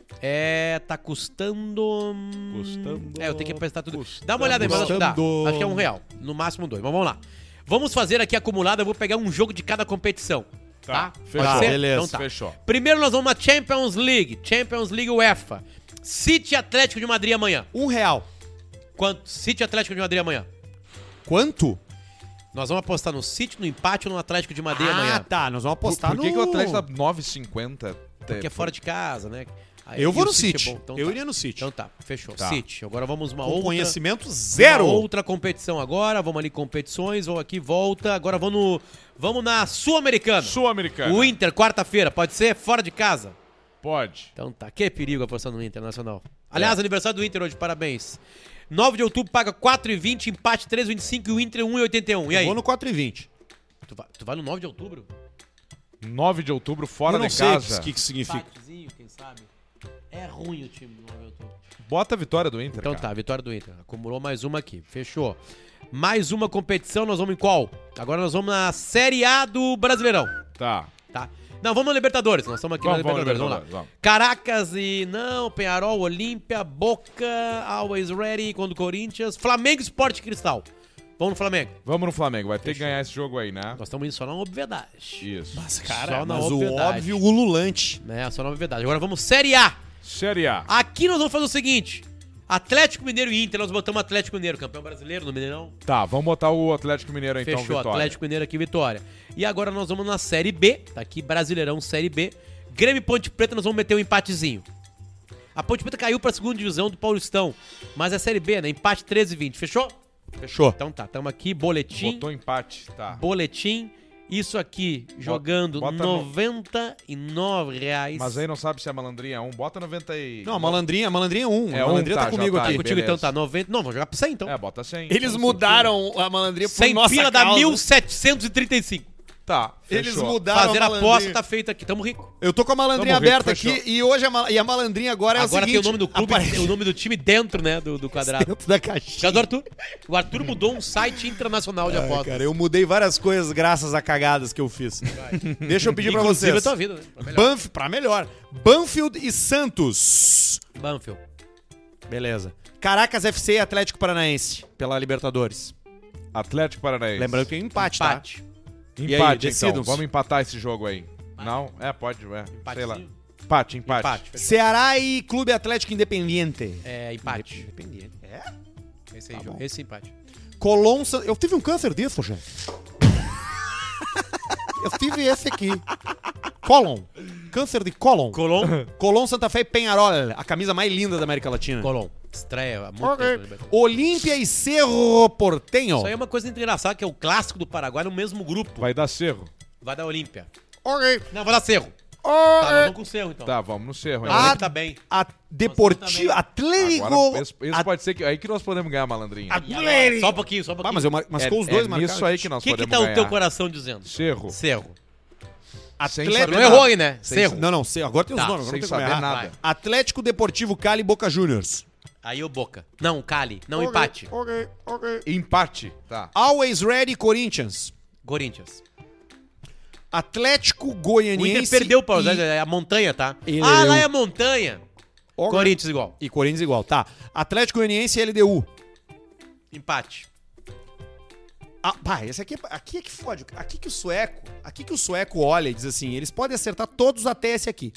É. Tá custando. Custando, É, eu tenho que apresentar tudo. custando. Dá uma olhada aí, mas acho que dá. Custando. Acho que é um real. No máximo dois. Mas vamos lá. Vamos fazer aqui acumulado. Eu vou pegar um jogo de cada competição. Tá? fechou. Pode ser? Beleza. Então tá. Fechou. Primeiro nós vamos na Champions League. Champions League UEFA. City Atlético de Madrid amanhã. Um real. Quanto? City Atlético de Madrid amanhã. Quanto? Nós vamos apostar no City, no empate ou no Atlético de Madrid ah, amanhã. tá. Nós vamos Por, apostar por que, no... que o Atlético tá nove e cinquenta? Porque é fora de casa, né? Aí Eu vou o no City City. é bom. Então eu tá. iria no City. Então tá, fechou. Tá. City. Agora vamos uma Com outra... conhecimento zero. Uma outra competição agora. Vamos ali, competições. Vamos aqui, volta. Agora vamos no... Vamos na Sul-Americana. Sul-Americana. O Inter, quarta-feira. Pode ser? Fora de casa. Pode. Então tá. Que perigo apostar no Internacional. Aliás, aniversário do Inter hoje. Parabéns. nove de outubro paga quatro e vinte, empate três e vinte e cinco e o Inter um e oitenta e um. E aí? Vou no quatro e vinte. Tu, vai, tu vai no nove de outubro? nove de outubro, fora eu não de sei casa. o que que significa. Empatezinho, quem sabe? É ruim o time do nove de outubro. Bota a vitória do Inter, Então cara. tá, vitória do Inter. Acumulou mais uma aqui. Fechou. Mais uma competição, nós vamos em qual? Agora nós vamos na Série A do Brasileirão. Tá. Tá. Não, vamos na Libertadores. Nós estamos aqui Vamos, na vamos, Libertadores. Vamos, Libertadores, lá. Caracas e não, Penharol, Olímpia, Boca, Always Ready contra o Corinthians, Flamengo, Sport Cristal. Vamos no Flamengo. Vamos no Flamengo. Vai ter que ganhar esse jogo aí, né? Nós estamos indo só na obviedade. Isso. Mas, cara, Só na mas o obviedade. óbvio ululante. Né, só na obviedade. Agora vamos Série A. Série A. Aqui nós vamos fazer o seguinte. Atlético Mineiro e Inter, nós botamos Atlético Mineiro, campeão brasileiro no Mineirão. Tá, vamos botar o Atlético Mineiro então, Fechou, vitória. Atlético Mineiro aqui, vitória. E agora nós vamos na Série B, tá aqui, Brasileirão Série B. Grêmio e Ponte Preta, nós vamos meter um empatezinho. A Ponte Preta caiu pra segunda divisão do Paulistão, mas é Série B, né? Empate treze e vinte, fechou? Fechou. Então tá, tamo aqui, boletim, Botou empate, tá. boletim Isso aqui, jogando bota no- noventa e nove reais. Mas aí não sabe se a malandrinha é um. Bota noventa e... Não, a malandrinha, a malandrinha é um. É a um, malandrinha tá, tá, já comigo tá aqui. aí. Contigo beleza. então tá noventa. Não, vamos jogar pro cem então. É, bota cem. Eles mudaram a malandrinha por cem nossa pila dá causa. mil setecentos e trinta e cinco. Tá, Eles fechou. mudaram Fazer a a malandrinha. aposta tá feita aqui, tamo rico. Eu tô com a malandrinha Tamo rico, aberta fechou. aqui e hoje a, ma- e a malandrinha agora é Agora o seguinte. tem o nome do clube, aparece o nome do time dentro, né, do, do quadrado. dentro da Por caixinha. causa do Arthur. O Arthur mudou um site internacional de Ah, apostas. cara, eu mudei várias coisas graças a cagadas que eu fiz. Deixa eu pedir pra Inclusive vocês. a tua vida, né? Pra melhor. Banf, pra melhor. Banfield e Santos. Banfield. Beleza. Caracas F C e Atlético Paranaense pela Libertadores. Atlético Paranaense. Lembrando que tem empate, tá? Empate. E aí, Empate, então. decidam-se. Vamos empatar esse jogo aí. Não? É, pode, é. Sei lá. Empatezinho. Empate, empate. Empate. fechou. Ceará e Clube Atlético Independiente. É, empate. Independiente. É? Esse aí, Tá João. bom. Esse empate. Colom... San- Eu tive um câncer disso, gente. Eu tive esse aqui. Colon. Câncer de colon. Colom. Colom, Santa Fé e Penharol. A camisa mais linda da América Latina. Colom. Estreia. Muito Ok. tempo. Olímpia e Cerro Porteño. Isso aí é uma coisa engraçada, que é o clássico do Paraguai no mesmo grupo. Vai dar Cerro. Vai dar Olímpia. Ok. Não, vai dar Cerro. Tá, nós vamos com o Cerro, então. Tá, vamos no Cerro. O então. Olímpia tá bem. A Deportivo... também. Atlético... Agora, esse, esse a- pode ser que... Aí que nós podemos ganhar, malandrinha. E agora? Só um pouquinho, só um Ah, pouquinho. mas, eu mar... mas é, com os dois é marcados. nisso aí que nós O que que podemos tá ganhar. o teu coração dizendo? Cerro. Cerro. Atlético... Não errou aí, né? Sem Cerro. Não, não, Cerro. Agora tem os Tá, nomes. Agora sem não tem como saber errar. nada. Vai. Atlético Deportivo Cali e Boca Juniors. Aí o Boca. Não, o Cali. Não, empate. Ok, ok. Empate. Tá. Always Ready Corinthians. Corinthians. Atlético O Goianiense. Inter perdeu para e... é a montanha, tá? Ele ah, deu. lá é a montanha. Ok. Corinthians igual. E Corinthians igual, tá. Atlético Goianiense e L D U. Empate. Ah, pá, esse aqui, é- aqui é que fode. Aqui que o sueco, aqui que o sueco olha e diz assim, eles podem acertar todos até esse aqui.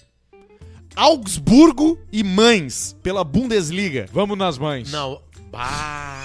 Augsburgo e Mainz pela Bundesliga. Vamos nas mães. Não. Bah.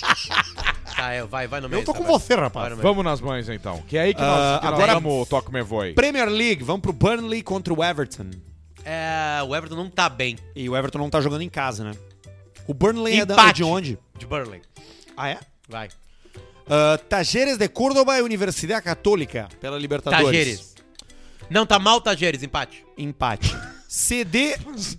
tá, é, vai, vai no meio. Eu tô tá, com vai. você, Vai rapaz. no meio. Vamos nas mães, então. Que é aí que nós, Ah, que nós agora- vamos o Toque Me Voe. Premier League, vamos pro Burnley contra o Everton. É, o Everton não tá bem. E o Everton não tá jogando em casa, né? O Burnley é, da, Empate. de onde? De Burnley. Ah, é? Vai. Uh, Tajeres de Córdoba e Universidade Católica pela Libertadores. Tajeres. Não, tá mal, Tajeres. Empate. Empate. C D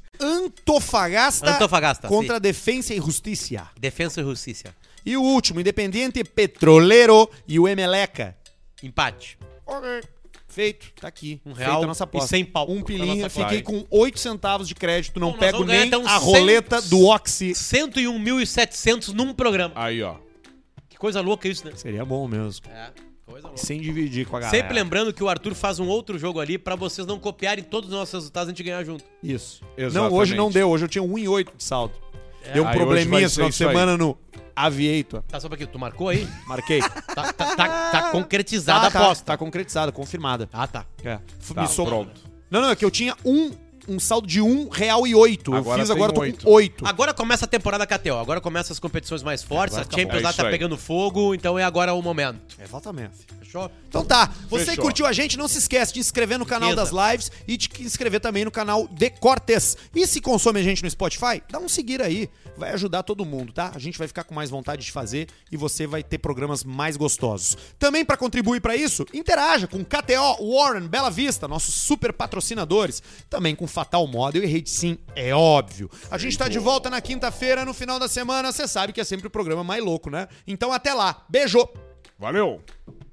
Antofagasta, Antofagasta, contra Defensa e Justiça. Defensa e Justiça. E o último, Independiente Petrolero e o Emeleca. Empate. Ok. Feito, tá aqui. Um Feita real a nossa aposta. e cem pau Um na pilinha, nossa fiquei conta. com oito centavos de crédito, não Bom, nós pego vamos ganhar, nem então, a cem roleta do Oxy. cento e um mil e setecentos num programa. Aí, ó. Que coisa louca isso, né? Seria bom mesmo. É, coisa louca. Sem dividir com a galera. Sempre lembrando que o Arthur faz um outro jogo ali pra vocês não copiarem todos os nossos resultados e a gente ganhar junto. Isso. Exatamente. Não, hoje não deu. Hoje eu tinha um e oito de saldo. Deu um Aí hoje probleminha vai esse ser final de isso aí. semana no Aviator. Tá só pra aqui, tu marcou aí? Marquei. Tá, tá, tá, tá concretizada tá, a aposta. Tá, tá concretizado, confirmada. Ah, tá. É. F- Tá, me so- pronto. Não, não, é que eu tinha um, um saldo de um real e oito. Eu Agora fiz, tem agora eu tô oito. com oito. Agora começa a temporada K T O. Agora começa as competições mais fortes. A Agora Champions acabou. lá É isso tá aí. pegando fogo, então é agora o momento. Exatamente. Fechou? Então tá, você que Fechou. curtiu a gente, não se esquece de se inscrever no canal Riqueza. das lives e de se inscrever também no canal de Cortes. E se consome a gente no Spotify, dá um seguir aí, vai ajudar todo mundo, tá? A gente vai ficar com mais vontade de fazer e você vai ter programas mais gostosos. Também pra contribuir pra isso, interaja com K T O, Warren, Bela Vista, nossos super patrocinadores, também com Fatal Model e Rede Sim, é óbvio. A gente tá de volta na quinta-feira, no final da semana, você sabe que é sempre o programa mais louco, né? Então até lá, beijo! Valeu!